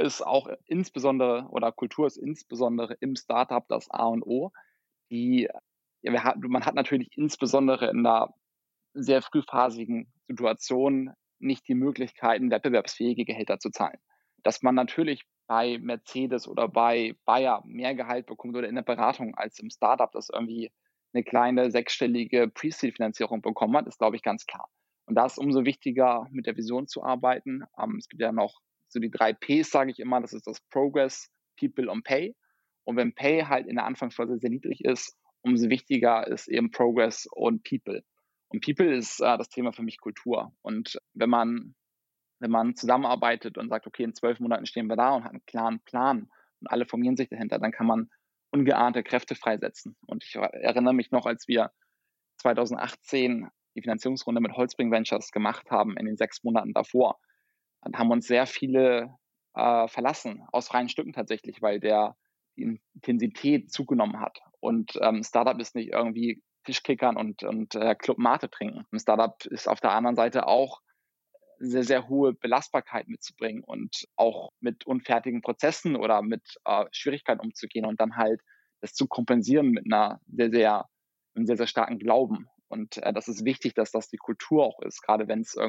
S2: Kultur ist insbesondere im Startup das A und O. Die ja, man hat natürlich insbesondere in 'ner sehr frühphasigen Situation nicht die Möglichkeiten, wettbewerbsfähige Gehälter zu zahlen. Dass man natürlich bei Mercedes oder bei Bayer mehr Gehalt bekommt oder in der Beratung als im Startup, das irgendwie eine kleine sechsstellige Pre-Seed-Finanzierung bekommen hat, ist, glaube ich, ganz klar. Und da ist umso wichtiger, mit der Vision zu arbeiten. Es gibt ja noch so die 3 Ps, sage ich immer. Das ist das Progress, People und Pay. Und wenn Pay halt in der Anfangsphase sehr niedrig ist, umso wichtiger ist eben Progress und People. Und People ist das Thema für mich Kultur. Und wenn man zusammenarbeitet und sagt, okay, in 12 Monaten stehen wir da und hat einen klaren Plan und alle formieren sich dahinter, dann kann man ungeahnte Kräfte freisetzen. Und ich erinnere mich noch, als wir 2018 die Finanzierungsrunde mit Holzbring Ventures gemacht haben in den 6 Monaten davor, dann haben uns sehr viele verlassen, aus freien Stücken tatsächlich, weil die Intensität zugenommen hat. Und Startup ist nicht irgendwie Fischkickern und Club Mate trinken. Ein Startup ist auf der anderen Seite auch sehr, sehr hohe Belastbarkeit mitzubringen und auch mit unfertigen Prozessen oder mit Schwierigkeiten umzugehen und dann halt das zu kompensieren mit einem sehr, sehr starken Glauben. Und das ist wichtig, dass das die Kultur auch ist, gerade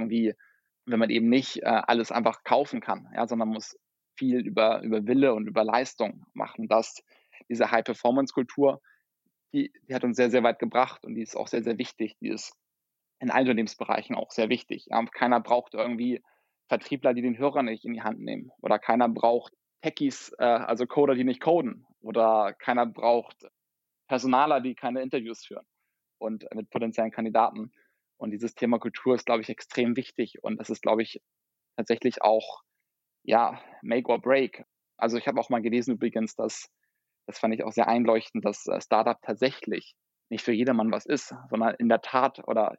S2: wenn man eben nicht alles einfach kaufen kann, ja, sondern muss viel über Wille und über Leistung machen. Diese High-Performance-Kultur, die hat uns sehr, sehr weit gebracht und die ist auch sehr, sehr wichtig. Die ist in allen Unternehmensbereichen auch sehr wichtig. Keiner braucht irgendwie Vertriebler, die den Hörer nicht in die Hand nehmen. Oder keiner braucht Techies, also Coder, die nicht coden. Oder keiner braucht Personaler, die keine Interviews führen und mit potenziellen Kandidaten. Und dieses Thema Kultur ist, glaube ich, extrem wichtig. Und das ist, glaube ich, tatsächlich auch, ja, make or break. Also ich habe auch mal gelesen übrigens, das fand ich auch sehr einleuchtend, dass Startup tatsächlich nicht für jedermann was ist, sondern in der Tat oder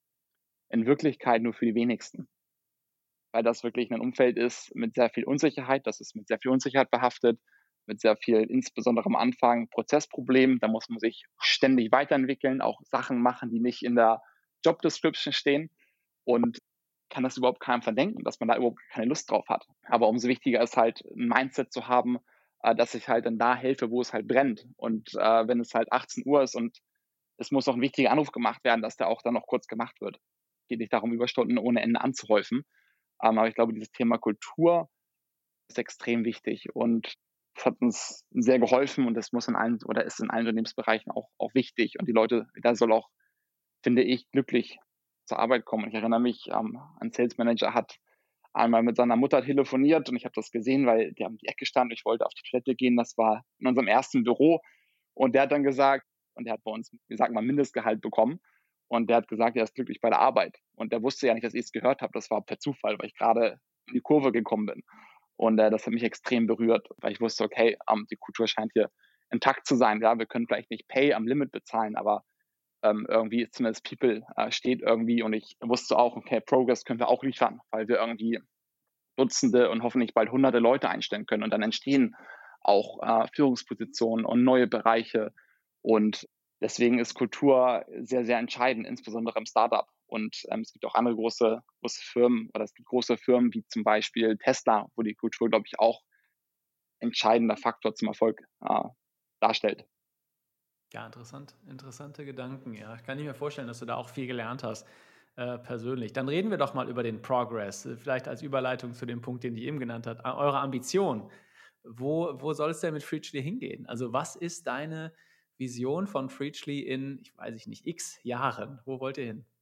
S2: in Wirklichkeit nur für die wenigsten. Weil das wirklich ein Umfeld ist mit sehr viel Unsicherheit, das ist mit sehr viel Unsicherheit behaftet, mit sehr viel, insbesondere am Anfang, Prozessproblemen. Da muss man sich ständig weiterentwickeln, auch Sachen machen, die nicht in der Job Description stehen und kann das überhaupt keinem verdenken, dass man da überhaupt keine Lust drauf hat. Aber umso wichtiger ist halt, ein Mindset zu haben, dass ich halt dann da helfe, wo es halt brennt. Und wenn es halt 18 Uhr ist und es muss noch ein wichtiger Anruf gemacht werden, dass der auch dann noch kurz gemacht wird. Geht nicht darum, Überstunden ohne Ende anzuhäufen. Aber ich glaube, dieses Thema Kultur ist extrem wichtig und das hat uns sehr geholfen und das muss in allen oder ist in allen Unternehmensbereichen auch wichtig. Und die Leute, da soll auch, finde ich, glücklich zur Arbeit kommen. Und ich erinnere mich, ein Sales Manager hat einmal mit seiner Mutter telefoniert und ich habe das gesehen, weil die haben die Ecke stand. Ich wollte auf die Toilette gehen. Das war in unserem ersten Büro. Und der hat dann gesagt, und der hat bei uns, wir sagen mal, Mindestgehalt bekommen. Und der hat gesagt, er ist glücklich bei der Arbeit. Und der wusste ja nicht, dass ich es gehört habe. Das war per Zufall, weil ich gerade in die Kurve gekommen bin. Und das hat mich extrem berührt, weil ich wusste, okay, die Kultur scheint hier intakt zu sein. Ja, wir können vielleicht nicht Pay am Limit bezahlen, aber irgendwie zumindest People steht irgendwie. Und ich wusste auch, okay, Progress können wir auch liefern, weil wir irgendwie Dutzende und hoffentlich bald hunderte Leute einstellen können. Und dann entstehen auch Führungspositionen und neue Bereiche. Und deswegen ist Kultur sehr, sehr entscheidend, insbesondere im Startup. Und es gibt auch andere große Firmen oder es gibt große Firmen wie zum Beispiel Tesla, wo die Kultur, glaube ich, auch entscheidender Faktor zum Erfolg darstellt.
S1: Ja, interessant. Interessante Gedanken. Ja, kann ich mir vorstellen, dass du da auch viel gelernt hast, persönlich. Dann reden wir doch mal über den Progress. Vielleicht als Überleitung zu dem Punkt, den ich eben genannt habe. Eure Ambition. Wo soll es denn mit Freechly hingehen? Also, was ist deine Vision von Freechly in, ich weiß ich nicht, x Jahren? Wo wollt ihr hin?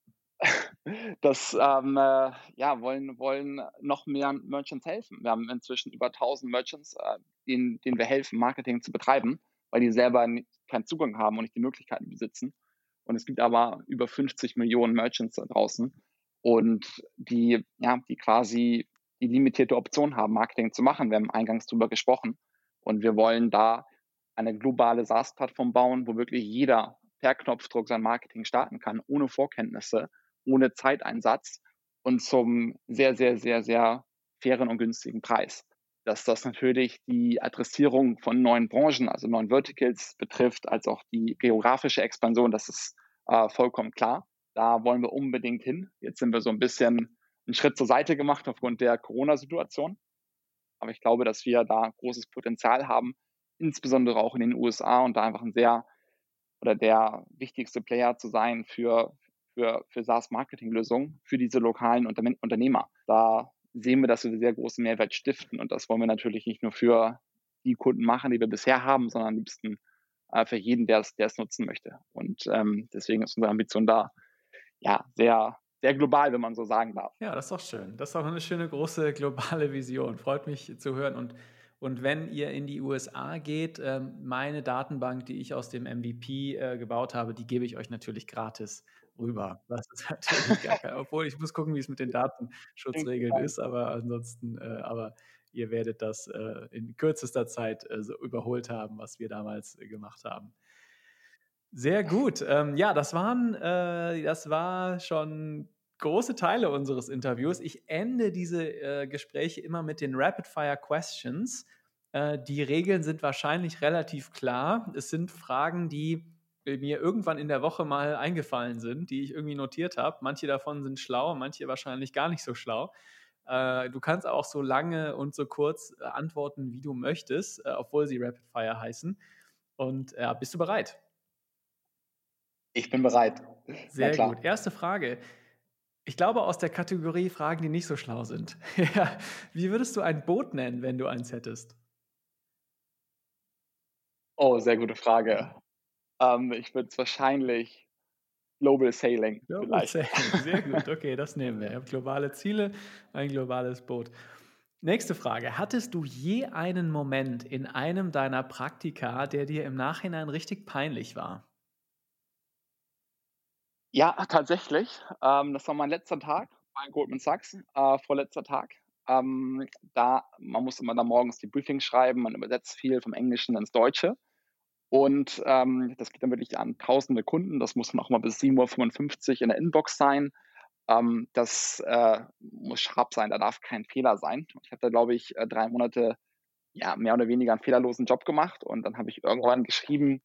S2: Das ja, wollen noch mehr Merchants helfen. Wir haben inzwischen über 1000 Merchants, denen wir helfen, Marketing zu betreiben, weil die selber keinen Zugang haben und nicht die Möglichkeiten besitzen. Und es gibt aber über 50 Millionen Merchants da draußen und die quasi die limitierte Option haben, Marketing zu machen. Wir haben eingangs drüber gesprochen und wir wollen da eine globale SaaS-Plattform bauen, wo wirklich jeder per Knopfdruck sein Marketing starten kann, ohne Vorkenntnisse, ohne Zeiteinsatz und zum sehr, sehr, sehr, sehr fairen und günstigen Preis. Dass das natürlich die Adressierung von neuen Branchen, also neuen Verticals betrifft, als auch die geografische Expansion, das ist vollkommen klar. Da wollen wir unbedingt hin. Jetzt sind wir so ein bisschen einen Schritt zur Seite gemacht aufgrund der Corona-Situation. Aber ich glaube, dass wir da großes Potenzial haben, insbesondere auch in den USA und da einfach der wichtigste Player zu sein für SaaS-Marketing-Lösungen für diese lokalen Unternehmer. Da sehen wir, dass wir sehr großen Mehrwert stiften und das wollen wir natürlich nicht nur für die Kunden machen, die wir bisher haben, sondern am liebsten für jeden, der es nutzen möchte. Und deswegen ist unsere Ambition da ja sehr, sehr global, wenn man so sagen darf.
S1: Ja, das ist doch schön. Das ist doch eine schöne große globale Vision. Freut mich zu hören. Und wenn ihr in die USA geht, meine Datenbank, die ich aus dem MVP gebaut habe, die gebe ich euch natürlich gratis rüber. Das ist natürlich gar kein, obwohl ich muss gucken, wie es mit den Datenschutzregeln ist, aber ansonsten, aber ihr werdet das in kürzester Zeit so überholt haben, was wir damals gemacht haben. Sehr gut. Ja, das war schon große Teile unseres Interviews. Ich ende diese Gespräche immer mit den Rapid-Fire Questions. Die Regeln sind wahrscheinlich relativ klar. Es sind Fragen, die mir irgendwann in der Woche mal eingefallen sind, die ich irgendwie notiert habe. Manche davon sind schlau, manche wahrscheinlich gar nicht so schlau. Du kannst auch so lange und so kurz antworten, wie du möchtest, obwohl sie Rapid-Fire heißen. Und bist du bereit?
S2: Ich bin bereit. Na
S1: Sehr gut.
S2: klar.
S1: Erste Frage. Ich glaube, aus der Kategorie Fragen, die nicht so schlau sind. Ja. Wie würdest du ein Boot nennen, wenn du eins hättest?
S2: Oh, sehr gute Frage. Ich würde es wahrscheinlich Global Sailing
S1: Global
S2: vielleicht.
S1: Sailing, sehr gut. Okay, das nehmen wir. Ihr habt globale Ziele, ein globales Boot. Nächste Frage. Hattest du je einen Moment in einem deiner Praktika, der dir im Nachhinein richtig peinlich war?
S2: Ja, tatsächlich. Das war mein letzter Tag bei Goldman Sachs, vorletzter Tag. Man muss immer da morgens die Briefings schreiben, man übersetzt viel vom Englischen ins Deutsche. Und das geht dann wirklich an tausende Kunden. Das muss dann auch mal bis 7:55 in der Inbox sein. Das muss scharf sein, da darf kein Fehler sein. Ich habe da, glaube ich, 3 Monate ja, mehr oder weniger einen fehlerlosen Job gemacht und dann habe ich irgendwann geschrieben,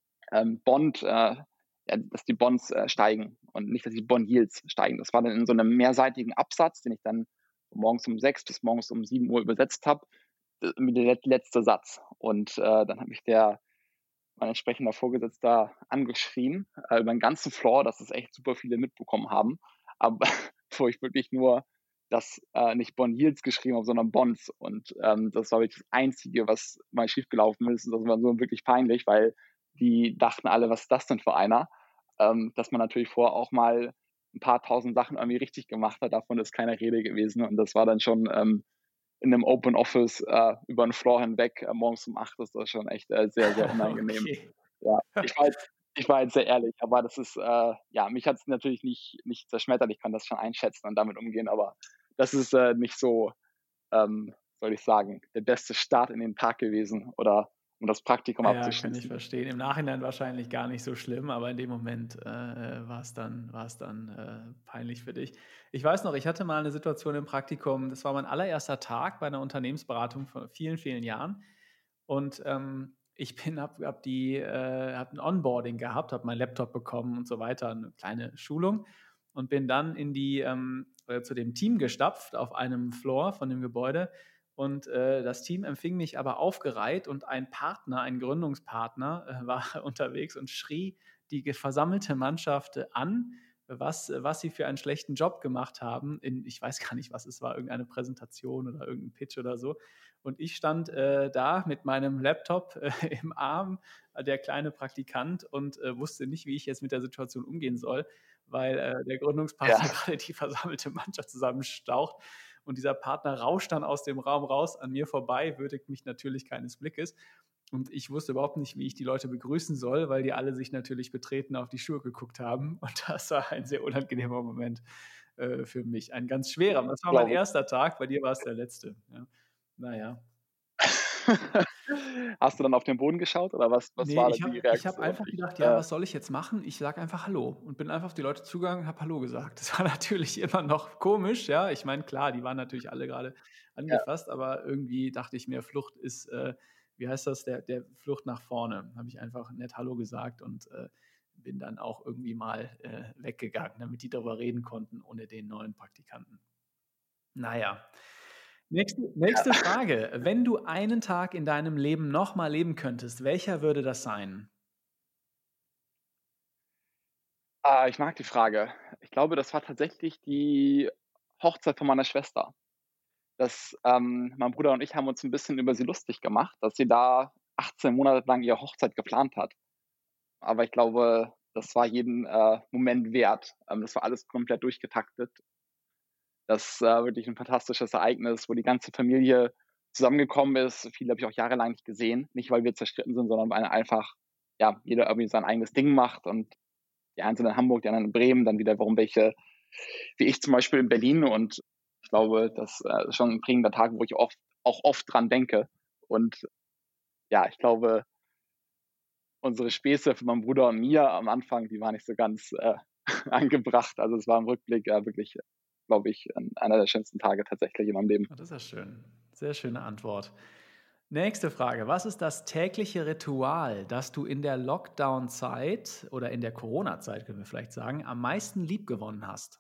S2: Bond, ja, dass die Bonds steigen und nicht, dass die Bond-Yields steigen. Das war dann in so einem mehrseitigen Absatz, den ich dann morgens um 6 bis morgens um 7 Uhr übersetzt habe, der letzte Satz. Und dann hat mich mein entsprechender Vorgesetzter angeschrien über den ganzen Floor, dass es echt super viele mitbekommen haben, aber wo ich wirklich nur das nicht Bond Yields geschrieben habe, sondern Bonds. Und das war wirklich das Einzige, was mal schiefgelaufen ist. Und das war so wirklich peinlich, weil die dachten alle, was ist das denn für einer? Dass man natürlich vorher auch mal ein paar tausend Sachen irgendwie richtig gemacht hat, davon ist keine Rede gewesen. Und das war dann schon in einem Open Office über den Floor hinweg morgens um 8 ist das schon echt sehr, sehr unangenehm.
S1: Okay.
S2: Ja, ich war jetzt sehr ehrlich, aber das ist, ja, mich hat es natürlich nicht zerschmettert. Ich kann das schon einschätzen und damit umgehen, aber das ist nicht so, soll ich sagen, der beste Start in den Tag gewesen oder um das Praktikum
S1: Ja, kann ich
S2: abzuschließen.
S1: verstehen. Im Nachhinein wahrscheinlich gar nicht so schlimm, aber in dem Moment, war es dann peinlich für dich. Ich weiß noch, ich hatte mal eine Situation im Praktikum, das war mein allererster Tag bei einer Unternehmensberatung vor vielen, vielen Jahren und, ich bin habe 'n Onboarding gehabt, habe meinen Laptop bekommen und so weiter, eine kleine Schulung und bin dann zu dem Team gestapft auf einem Floor von dem Gebäude und das Team empfing mich aber aufgereiht und ein Partner, ein Gründungspartner, war unterwegs und schrie die versammelte Mannschaft an, was sie für einen schlechten Job gemacht haben. Ich weiß gar nicht, was es war, irgendeine Präsentation oder irgendein Pitch oder so. Und ich stand da mit meinem Laptop im Arm, der kleine Praktikant, und wusste nicht, wie ich jetzt mit der Situation umgehen soll, weil der
S2: Ja,
S1: Gründungspartner gerade die versammelte Mannschaft zusammenstaucht. Und dieser Partner rauscht dann aus dem Raum raus an mir vorbei, würdigt mich natürlich keines Blickes. Und ich wusste überhaupt nicht, wie ich die Leute begrüßen soll, weil die alle sich natürlich betreten auf die Schuhe geguckt haben. Und das war ein sehr unangenehmer Moment für mich. Ein ganz schwerer. Das war mein
S2: glaube ich.
S1: erster Tag, bei dir war es der letzte. Ja. Naja.
S2: Hast du dann auf den Boden geschaut oder was
S1: Ne,
S2: war da
S1: ich
S2: die
S1: habe ich habe
S2: Reaktion?
S1: einfach gedacht: „Ja, was soll ich jetzt machen?“ Ich sage einfach „Hallo“ und bin einfach auf die Leute zugegangen und habe „Hallo“ gesagt. Das war natürlich immer noch komisch, ja. Ich meine, klar, die waren natürlich alle grade
S2: Ja,
S1: angefasst, aber irgendwie dachte ich mir, Flucht ist, wie heißt das, der Flucht nach vorne. Habe ich einfach nett „Hallo“ gesagt und bin dann auch irgendwie mal weggegangen, damit die darüber reden konnten ohne den neuen Praktikanten. Na ja. Nächste
S2: ja.
S1: Frage. Wenn du einen Tag in deinem Leben noch mal leben könntest, welcher würde das sein?
S2: Ich mag die Frage. Ich glaube, das war tatsächlich die Hochzeit von meiner Schwester. Mein Bruder und ich haben uns ein bisschen über sie lustig gemacht, dass sie da 18 Monate lang ihre Hochzeit geplant hat. Aber ich glaube, das war jeden Moment wert. Das war alles komplett durchgetaktet. Das wirklich ein fantastisches Ereignis, wo die ganze Familie zusammengekommen ist. Viele habe ich auch jahrelang nicht gesehen. Nicht, weil wir zerstritten sind, sondern weil einfach, ja, jeder irgendwie sein eigenes Ding macht und die einen sind in Hamburg, die anderen in Bremen, dann wiederum welche, wie ich zum Beispiel in Berlin. Und ich glaube, das ist schon ein prägender Tag, wo ich auch oft dran denke. Und ja, ich glaube, unsere Späße von meinem Bruder und mir am Anfang, die waren nicht so ganz angebracht. Also es war im Rückblick wirklich, glaube ich, einer der schönsten Tage tatsächlich in meinem Leben.
S1: Ah, das ist ja schön. Sehr schöne Antwort. Nächste Frage. Was ist das tägliche Ritual, das du in der Lockdown-Zeit oder in der Corona-Zeit, können wir vielleicht sagen, am meisten liebgewonnen hast?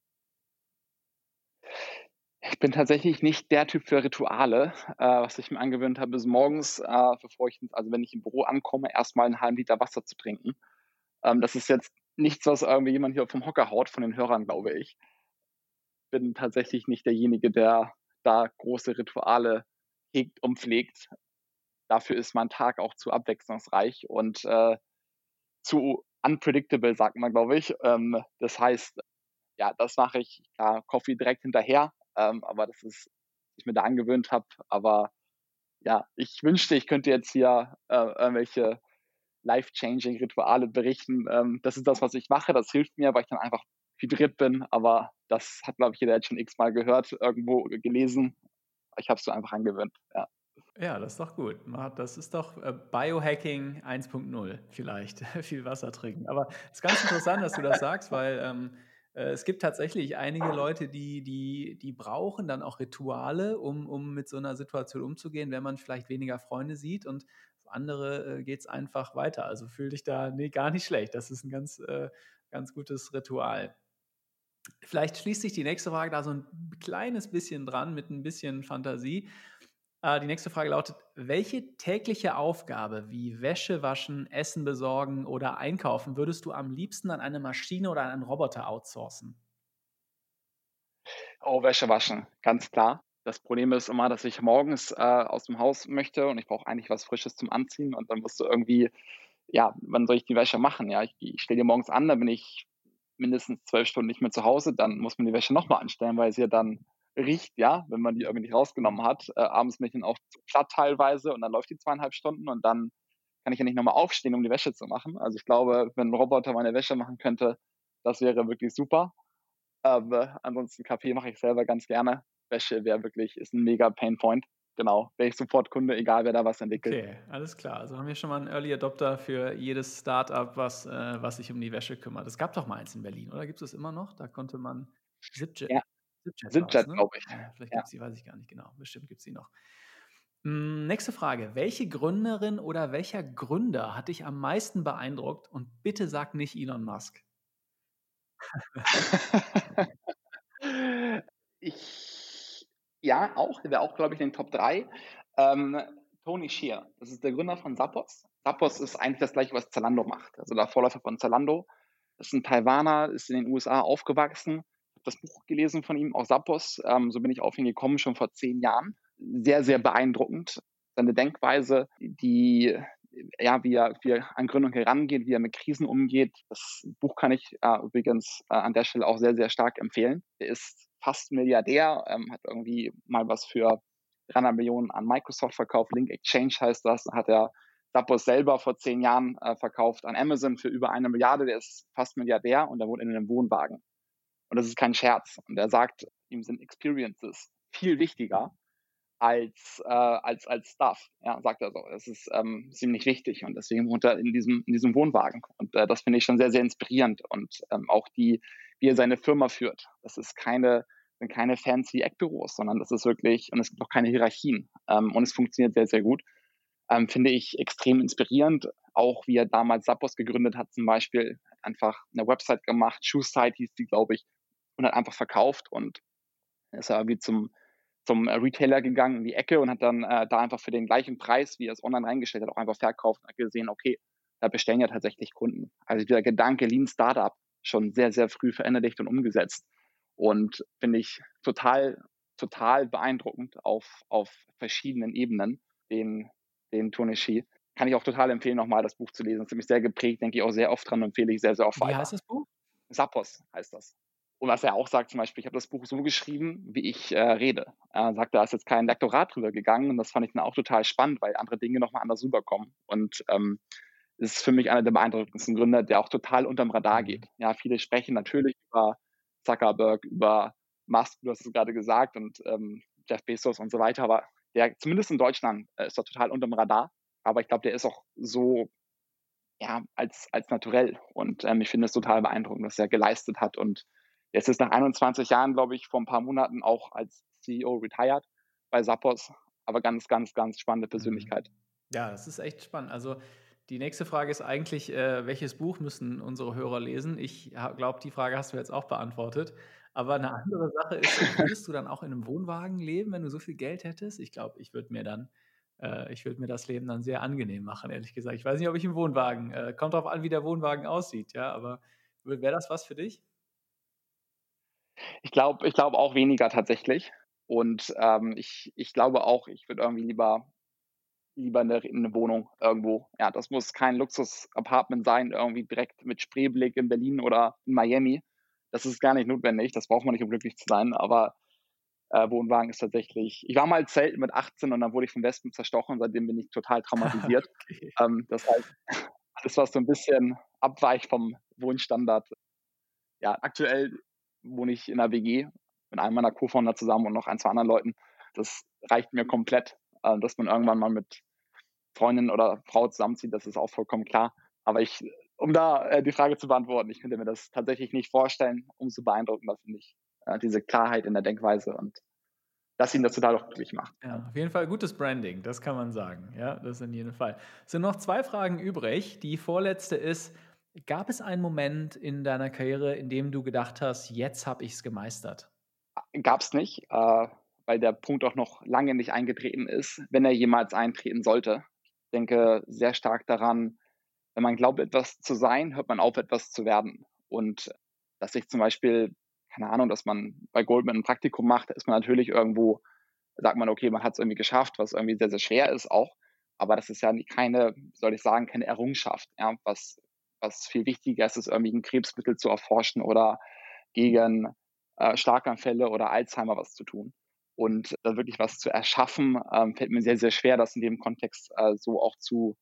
S2: Ich bin tatsächlich nicht der Typ für Rituale. Was ich mir angewöhnt habe, ist morgens, bevor ich, also wenn ich im Büro ankomme, erstmal einen halben Liter Wasser zu trinken. Das ist jetzt nichts, was irgendwie jemand hier vom Hocker haut von den Hörern, glaube ich. Bin tatsächlich nicht derjenige, der da große Rituale hegt und pflegt. Dafür ist mein Tag auch zu abwechslungsreich und, zu unpredictable, sagt man, glaube ich. Das heißt, ja, das mache ich. Klar, Coffee direkt hinterher, aber das ist, was ich mir da angewöhnt habe. Aber ja, ich wünschte, ich könnte jetzt hier, irgendwelche life-changing Rituale berichten. Das ist das, was ich mache. Das hilft mir, weil ich dann einfach hydriert bin. Aber das hat, glaube ich, jeder jetzt schon x-mal gehört, irgendwo gelesen. Ich habe es so einfach angewöhnt. Ja.
S1: Ja, das ist doch gut. Das ist doch Biohacking 1.0 vielleicht, viel Wasser trinken. Aber es ist ganz interessant, dass du das sagst, weil es gibt tatsächlich einige Leute, die brauchen dann auch Rituale, um mit so einer Situation umzugehen, wenn man vielleicht weniger Freunde sieht, und für andere geht es einfach weiter. Also fühl dich da, nee, gar nicht schlecht. Das ist ein ganz gutes Ritual. Vielleicht schließt sich die nächste Frage da so ein kleines bisschen dran mit ein bisschen Fantasie. Die nächste Frage lautet: Welche tägliche Aufgabe wie Wäsche waschen, Essen besorgen oder einkaufen würdest du am liebsten an eine Maschine oder an einen Roboter outsourcen?
S2: Oh, Wäsche waschen, ganz klar. Das Problem ist immer, dass ich morgens, aus dem Haus möchte und ich brauche eigentlich was Frisches zum Anziehen und dann musst du irgendwie, ja, wann soll ich die Wäsche machen? Ja, ich stelle die morgens an, dann bin ich mindestens 12 Stunden nicht mehr zu Hause, dann muss man die Wäsche noch mal anstellen, weil sie ja dann riecht, ja, wenn man die irgendwie nicht rausgenommen hat. Abends bin ich dann auch zu platt teilweise und dann läuft die 2,5 Stunden und dann kann ich ja nicht noch mal aufstehen, um die Wäsche zu machen. Also, ich glaube, wenn 'n Roboter meine Wäsche machen könnte, das wäre wirklich super. Ansonsten Kaffee mache ich selber ganz gerne. Wäsche wäre wirklich, ist 'n mega Painpoint. Genau, wäre ich sofort Kunde, egal wer da was entwickelt.
S1: Okay, alles klar. Also haben wir schon mal einen Early Adopter für jedes Startup, was sich um die Wäsche kümmert. Es gab doch mal eins in Berlin, oder gibt es das immer noch? Da konnte man
S2: Ja,
S1: ZipJet war es,
S2: Zipjet,
S1: ne?
S2: glaube ich.
S1: Vielleicht
S2: Ja.
S1: gibt es die, weiß ich gar nicht genau. Bestimmt gibt es die noch. Nächste Frage. Welche Gründerin oder welcher Gründer hat dich am meisten beeindruckt? Und bitte sag nicht Elon Musk.
S2: Ich ja, auch, der wäre auch, glaube ich, in den Top 3. Ähm, Tony Hsieh, das ist der Gründer von Zappos. Zappos ist eigentlich das Gleiche, was Zalando macht, also der Vorläufer von Zalando. Das ist 'n Taiwaner, ist in den USA aufgewachsen. Habe das Buch gelesen von ihm, auch Zappos. So bin ich auf ihn gekommen, schon vor 10 Jahren. Sehr, sehr beeindruckend. Seine Denkweise, die ja, wie er an Gründung herangeht, wie er mit Krisen umgeht. Das Buch kann ich übrigens an der Stelle auch sehr, sehr stark empfehlen. Der ist fast Milliardär, hat irgendwie mal was für 300 Millionen an Microsoft verkauft. Link Exchange heißt das. Hat er Zappos selber vor 10 Jahren verkauft an Amazon für über 1 Milliarde. Der ist fast Milliardär und er wohnt in einem Wohnwagen. Und das ist kein Scherz. Und er sagt, ihm sind Experiences viel wichtiger als Stuff, ja, sagt er so. Das ist ihm nicht wichtig und deswegen wohnt er in diesem Wohnwagen. Und das finde ich schon sehr, sehr inspirierend. Und auch wie er seine Firma führt. Das ist sind keine fancy Eckbüros, sondern das ist wirklich, und es gibt auch keine Hierarchien. Und es funktioniert sehr, sehr gut. Finde ich extrem inspirierend. Auch wie er damals Zappos gegründet hat, zum Beispiel, hat einfach eine Website gemacht, Shoe Site hieß die, glaube ich, und hat einfach verkauft und ist er irgendwie zum Retailer gegangen in die Ecke und hat dann da einfach für den gleichen Preis, wie er es online reingestellt hat, auch einfach verkauft und hat gesehen, okay, da bestellen ja tatsächlich Kunden. Also dieser Gedanke Lean Startup schon sehr, sehr früh verinnerlicht und umgesetzt. Und finde ich total beeindruckend auf verschiedenen Ebenen, den, den Tony Hsieh. Kann ich auch total empfehlen, nochmal das Buch zu lesen. Das hat mich sehr geprägt, denke ich auch sehr oft dran und empfehle ich sehr, sehr oft
S1: Wie
S2: weiter.
S1: heißt das Buch?
S2: Sappos heißt das. Und was er auch sagt, zum Beispiel, ich habe das Buch so geschrieben, wie ich rede. Er sagt, da ist jetzt kein Lektorat drüber gegangen und das fand ich dann auch total spannend, weil andere Dinge nochmal anders rüberkommen. Und ist für mich einer der beeindruckendsten Gründer, der auch total unterm Radar
S1: Mhm.
S2: geht. Ja, viele sprechen natürlich über Zuckerberg, über Musk, du hast es gerade gesagt, und Jeff Bezos und so weiter, aber der, zumindest in Deutschland, ist da total unterm Radar. Aber ich glaube, der ist auch so, ja, als naturell. Und ich finde es total beeindruckend, was er geleistet hat. Und jetzt ist nach 21 Jahren, glaube ich, vor ein paar Monaten auch als CEO retired bei Zappos. Aber ganz, ganz, ganz spannende
S1: Mhm.
S2: Persönlichkeit.
S1: Ja, das ist echt spannend. Also, die nächste Frage ist eigentlich, welches Buch müssen unsere Hörer lesen? Ich glaube, die Frage hast du jetzt auch beantwortet. Aber eine andere Sache ist, würdest du dann auch in einem Wohnwagen leben, wenn du so viel Geld hättest? Ich glaube, ich würde mir das Leben dann sehr angenehm machen, ehrlich gesagt. Ich weiß nicht, ob ich im Wohnwagen kommt drauf an, wie der Wohnwagen aussieht, ja, aber Wäre das was für dich?
S2: Ich glaube auch weniger tatsächlich. Und ich glaube auch, ich würde irgendwie lieber eine Wohnung irgendwo. Ja, das muss kein Luxus-Apartment sein, irgendwie direkt mit Spreeblick in Berlin oder in Miami. Das ist gar nicht notwendig, das braucht man nicht, um glücklich zu sein, aber Wohnwagen ist tatsächlich, ich war mal zelten mit 18 und dann wurde ich vom Wespen zerstochen, seitdem bin ich total traumatisiert.
S1: Okay.
S2: Das heißt, alles, was so ein bisschen abweicht vom Wohnstandard. Ja, aktuell wohne ich in 'ner WG mit einem meiner Co-Founder zusammen und noch 1, 2 anderen Leuten. Das reicht mir komplett. Dass man irgendwann mal mit Freundin oder Frau zusammenzieht, das ist auch vollkommen klar. Aber um da die Frage zu beantworten, ich könnte mir das tatsächlich nicht vorstellen. Umso beeindruckender finde ich diese Klarheit in der Denkweise und dass ihn das total auch glücklich macht.
S1: Ja, auf jeden Fall gutes Branding, das kann man sagen. Ja, das in jedem Fall. Es sind noch 2 Fragen übrig. Die vorletzte ist: Gab es einen Moment in deiner Karriere, in dem du gedacht hast: „Jetzt habe ich's gemeistert?“
S2: Gab es nicht, weil der Punkt auch noch lange nicht eingetreten ist, wenn er jemals eintreten sollte. Ich denke sehr stark daran, wenn man glaubt, etwas zu sein, hört man auf, etwas zu werden. Und dass ich zum Beispiel, keine Ahnung, dass man bei Goldman ein Praktikum macht, ist man natürlich irgendwo, sagt man, okay, man hat es irgendwie geschafft, was irgendwie sehr, sehr schwer ist auch. Aber das ist ja keine, wie soll ich sagen, keine Errungenschaft. Ja? Was viel wichtiger ist, ist irgendwie ein Krebsmittel zu erforschen oder gegen Schlaganfälle oder Alzheimer was zu tun. Und da wirklich was zu erschaffen, fällt mir sehr, sehr schwer, das in dem Kontext so auch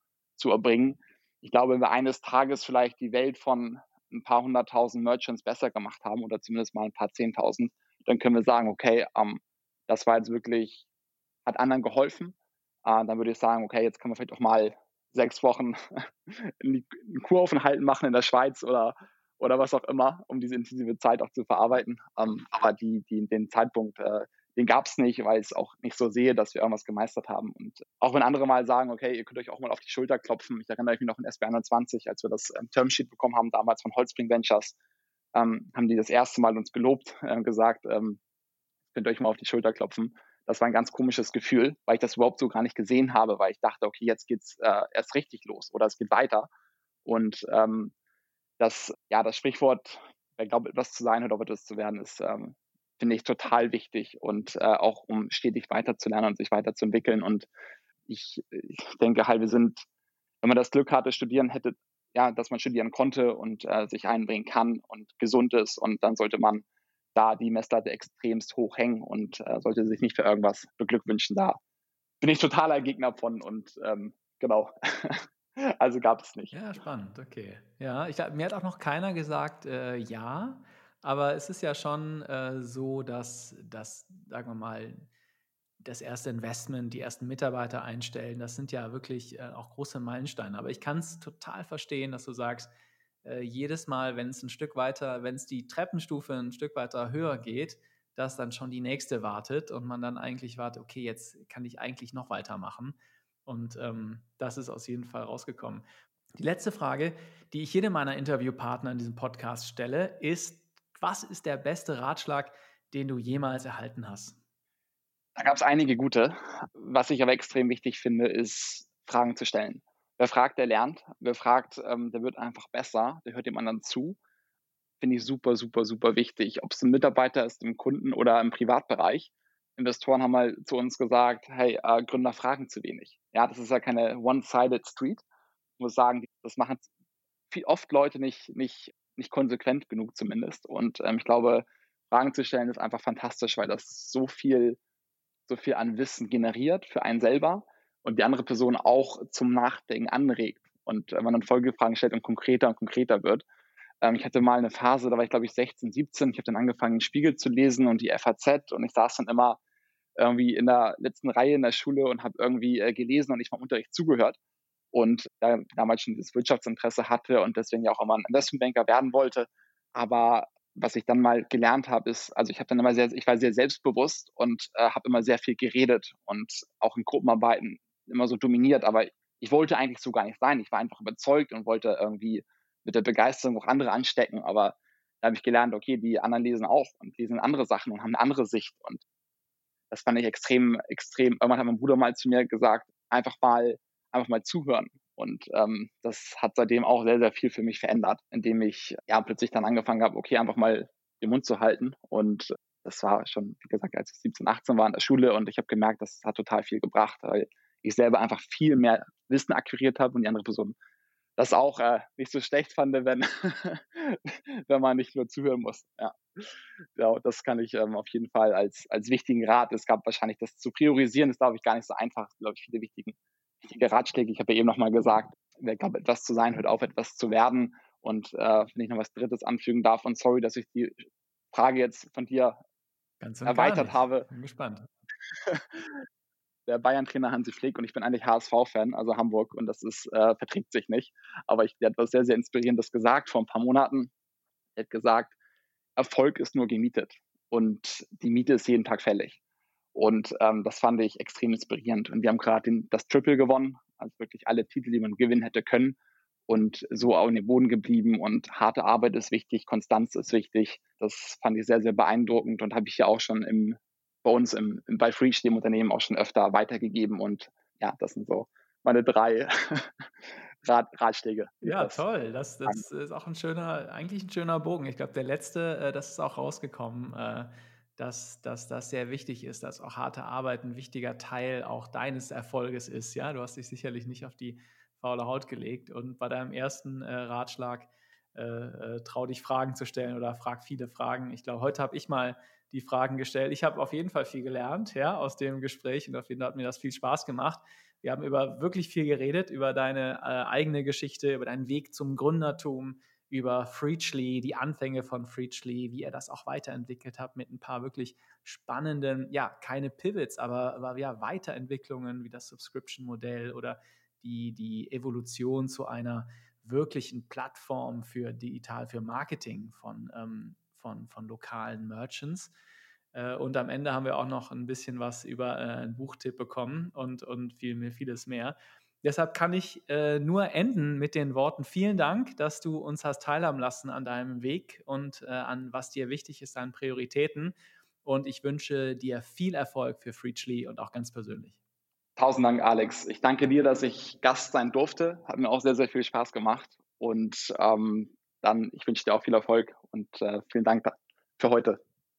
S2: zu erbringen. Ich glaube, wenn wir eines Tages vielleicht die Welt von ein paar 100.000 Merchants besser gemacht haben oder zumindest mal ein paar 10.000, dann können wir sagen, okay, das war jetzt wirklich, hat anderen geholfen. Dann würde ich sagen, okay, jetzt können wir vielleicht auch mal 6 Wochen einen Kuraufenthalt machen in der Schweiz oder was auch immer, um diese intensive Zeit auch zu verarbeiten. Aber den Zeitpunkt, den gab es nicht, weil ich es auch nicht so sehe, dass wir irgendwas gemeistert haben. Und auch wenn andere mal sagen, okay, ihr könnt euch auch mal auf die Schulter klopfen. Ich erinnere mich noch in SB 21, als wir das Termsheet bekommen haben, damals von Holzbring Ventures, haben die das erste Mal uns gelobt, gesagt, könnt ihr euch mal auf die Schulter klopfen. Das war ein ganz komisches Gefühl, weil ich das überhaupt so gar nicht gesehen habe, weil ich dachte, okay, jetzt geht's erst richtig los oder es geht weiter. Und das Sprichwort, wer glaubt, etwas zu sein, hört auf, etwas zu werden, ist, finde ich, total wichtig und auch um stetig weiterzulernen und sich weiterzuentwickeln. Und ich denke halt, wenn man das Glück hatte, studieren hätte, ja, dass man studieren konnte und sich einbringen kann und gesund ist, und dann sollte man da die Messlatte extremst hoch hängen und sollte sich nicht für irgendwas beglückwünschen. Da bin ich totaler Gegner von und genau. Also gab es nicht.
S1: Ja, spannend, okay. Ja, mir hat auch noch keiner gesagt, ja, aber es ist ja schon, so, dass, sagen wir mal, das erste Investment, die ersten Mitarbeiter einstellen, das sind ja wirklich, auch große Meilensteine. Aber ich kann es total verstehen, dass du sagst, jedes Mal, wenn es die Treppenstufe ein Stück weiter höher geht, dass dann schon die nächste wartet und man dann eigentlich wartet: „Okay, jetzt kann ich eigentlich noch weitermachen.“ Und, das ist aus jeden Fall rausgekommen. Die letzte Frage, die ich jedem meiner Interviewpartner in diesem Podcast stelle, ist: Was ist der beste Ratschlag, den du jemals erhalten hast?
S2: Da gab es einige gute. Was ich aber extrem wichtig finde, ist, Fragen zu stellen. Wer fragt, der lernt. Wer fragt, der wird einfach besser, der hört dem anderen zu. Finde ich super, super, super wichtig. Ob es ein Mitarbeiter ist im Kunden- oder im Privatbereich. Investoren haben mal zu uns gesagt: „Hey, Gründer fragen zu wenig.“ Ja, das ist ja keine one-sided street. Ich muss sagen, das machen viel oft Leute nicht konsequent genug zumindest. Und ich glaube, Fragen zu stellen ist einfach fantastisch, weil das so viel an Wissen generiert für einen selber und die andere Person auch zum Nachdenken anregt. Und wenn man dann Folgefragen stellt und konkreter wird. Ich hatte mal eine Phase, da war ich, glaube ich, 16, 17. Ich habe dann angefangen, den Spiegel zu lesen und die FAZ, und ich saß dann immer irgendwie in der letzten Reihe in der Schule und habe irgendwie gelesen und nicht mal im Unterricht zugehört. Und damals schon das Wirtschaftsinteresse hatte und deswegen ja auch immer ein Investmentbanker werden wollte. Aber was ich dann mal gelernt habe, ist, also ich war sehr selbstbewusst und habe immer sehr viel geredet und auch in Gruppenarbeiten immer so dominiert. Aber ich wollte eigentlich so gar nicht sein. Ich war einfach überzeugt und wollte irgendwie mit der Begeisterung auch andere anstecken. Aber da habe ich gelernt, okay, die anderen lesen auch und lesen andere Sachen und haben eine andere Sicht. Und das fand ich extrem, extrem. Irgendwann hat mein Bruder mal zu mir gesagt, einfach mal zuhören. Und das hat seitdem auch sehr, sehr viel für mich verändert, indem ich plötzlich dann angefangen habe, okay, einfach mal den Mund zu halten. Und das war schon, wie gesagt, als ich 17, 18 war in der Schule, und ich habe gemerkt, das hat total viel gebracht, weil ich selber einfach viel mehr Wissen akquiriert habe und die andere Person das auch nicht so schlecht fand, wenn, wenn man nicht nur zuhören muss. Ja, das kann ich auf jeden Fall als wichtigen Rat. Es gab wahrscheinlich das zu priorisieren, ist, glaube ich, gar nicht so einfach. Es gibt, glaube ich, viele wichtige Ratschläge. Ich habe ja eben nochmal gesagt, wer glaubt, etwas zu sein, hört auf, etwas zu werden. Und wenn ich noch was Drittes anfügen darf, und sorry, dass ich die Frage jetzt von dir
S1: Ganz und
S2: erweitert habe.
S1: Bin gespannt.
S2: Der Bayern-Trainer Hansi Flick, und ich bin eigentlich HSV-Fan, also Hamburg, und das ist verträgt sich nicht. Aber der hat was sehr, sehr Inspirierendes gesagt vor ein paar Monaten. Er hat gesagt, Erfolg ist nur gemietet und die Miete ist jeden Tag fällig. Und das fand ich extrem inspirierend. Und wir haben gerade das Triple gewonnen, also wirklich alle Titel, die man gewinnen hätte können, und so auch in den Boden geblieben. Und harte Arbeit ist wichtig, Konstanz ist wichtig. Das fand ich sehr, sehr beeindruckend und habe ich ja auch schon bei uns bei Freach, dem Unternehmen, auch schon öfter weitergegeben. Und ja, das sind so meine 3 Ratschläge.
S1: Ja, toll. Das ist auch eigentlich ein schöner Bogen. Ich glaube, der letzte, das ist auch rausgekommen, dass das sehr wichtig ist, dass auch harte Arbeit ein wichtiger Teil auch deines Erfolges ist. Ja, du hast dich sicherlich nicht auf die faule Haut gelegt. Und bei deinem ersten Ratschlag, trau dich Fragen zu stellen oder frag viele Fragen. Ich glaube, heute habe ich mal die Fragen gestellt. Ich habe auf jeden Fall viel gelernt, ja, aus dem Gespräch, und auf jeden Fall hat mir das viel Spaß gemacht. Wir haben über wirklich viel geredet, über deine eigene Geschichte, über deinen Weg zum Gründertum, über Freachly, die Anfänge von Freachly, wie er das auch weiterentwickelt hat mit ein paar wirklich spannenden, ja, keine Pivots, aber ja, Weiterentwicklungen wie das Subscription-Modell oder die Evolution zu einer wirklichen Plattform für Marketing von lokalen Merchants. Und am Ende haben wir auch noch ein bisschen was über einen Buchtipp bekommen und vieles mehr. Deshalb kann ich nur enden mit den Worten: Vielen Dank, dass du uns hast teilhaben lassen an deinem Weg und an was dir wichtig ist, deinen Prioritäten. Und ich wünsche dir viel Erfolg für Freachly und auch ganz persönlich.
S2: 1000 Dank, Alex. Ich danke dir, dass ich Gast sein durfte. Hat mir auch sehr, sehr viel Spaß gemacht. Und dann, ich wünsche dir auch viel Erfolg und vielen Dank für heute.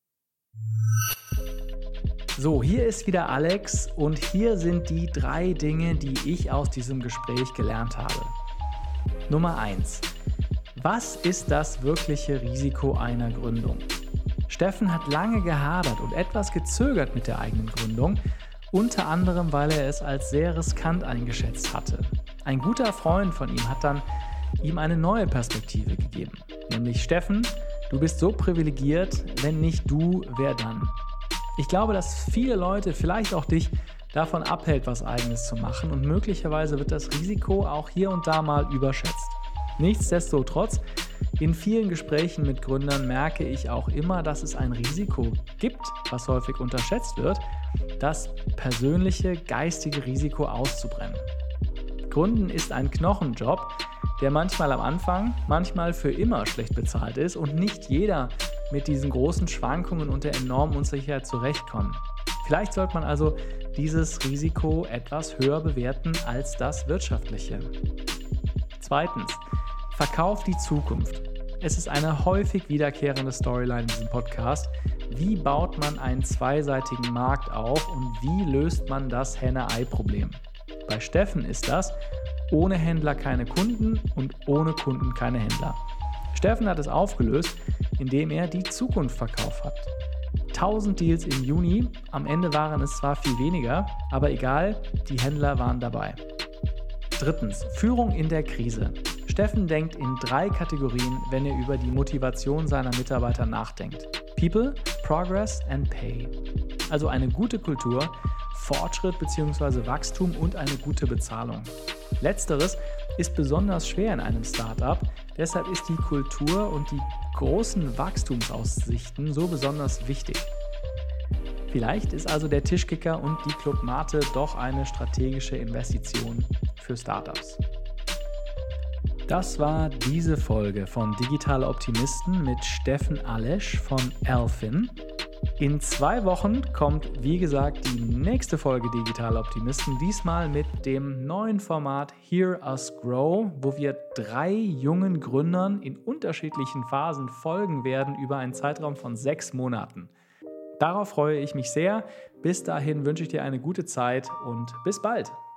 S1: So, hier ist wieder Alex und hier sind die 3 Dinge, die ich aus diesem Gespräch gelernt habe. Nummer 1. Was ist das wirkliche Risiko einer Gründung? Steffen hat lange gehadert und etwas gezögert mit der eigenen Gründung, unter anderem, weil er es als sehr riskant eingeschätzt hatte. Ein guter Freund von ihm hat dann ihm eine neue Perspektive gegeben, nämlich: Steffen, du bist so privilegiert, wenn nicht du, wer dann? Ich glaube, dass viele Leute, vielleicht auch dich, davon abhält, was Eigenes zu machen, und möglicherweise wird das Risiko auch hier und da mal überschätzt. Nichtsdestotrotz, in vielen Gesprächen mit Gründern merke ich auch immer, dass es ein Risiko gibt, was häufig unterschätzt wird, das persönliche, geistige Risiko auszubrennen. Gründen ist ein Knochenjob, der manchmal am Anfang, manchmal für immer schlecht bezahlt ist und nicht jeder mit diesen großen Schwankungen und der enormen Unsicherheit zurechtkommt. Vielleicht sollte man also dieses Risiko etwas höher bewerten als das wirtschaftliche. 2. Verkauf die Zukunft. Es ist eine häufig wiederkehrende Storyline in diesem Podcast. Wie baut man einen zweiseitigen Markt auf und wie löst man das Henne-Ei-Problem? Bei Steffen ist das: ohne Händler keine Kunden und ohne Kunden keine Händler. Steffen hat es aufgelöst, indem er die Zukunft verkauft hat. 1000 Deals im Juni, am Ende waren es zwar viel weniger, aber egal, die Händler waren dabei. 3. Führung in der Krise. Steffen denkt in 3 Kategorien, wenn er über die Motivation seiner Mitarbeiter nachdenkt: People, Progress and Pay. Also eine gute Kultur, Fortschritt bzw. Wachstum und eine gute Bezahlung. Letzteres ist besonders schwer in einem Startup, deshalb ist die Kultur und die großen Wachstumsaussichten so besonders wichtig. Vielleicht ist also der Tischkicker und die Club Mate doch eine strategische Investition für Startups. Das war diese Folge von Digitale Optimisten mit Steffen Alesch von Elfin. In 2 Wochen kommt, wie gesagt, die nächste Folge Digitale Optimisten, diesmal mit dem neuen Format Hear Us Grow, wo wir 3 jungen Gründern in unterschiedlichen Phasen folgen werden über einen Zeitraum von 6 Monaten. Darauf freue ich mich sehr. Bis dahin wünsche ich dir eine gute Zeit und bis bald.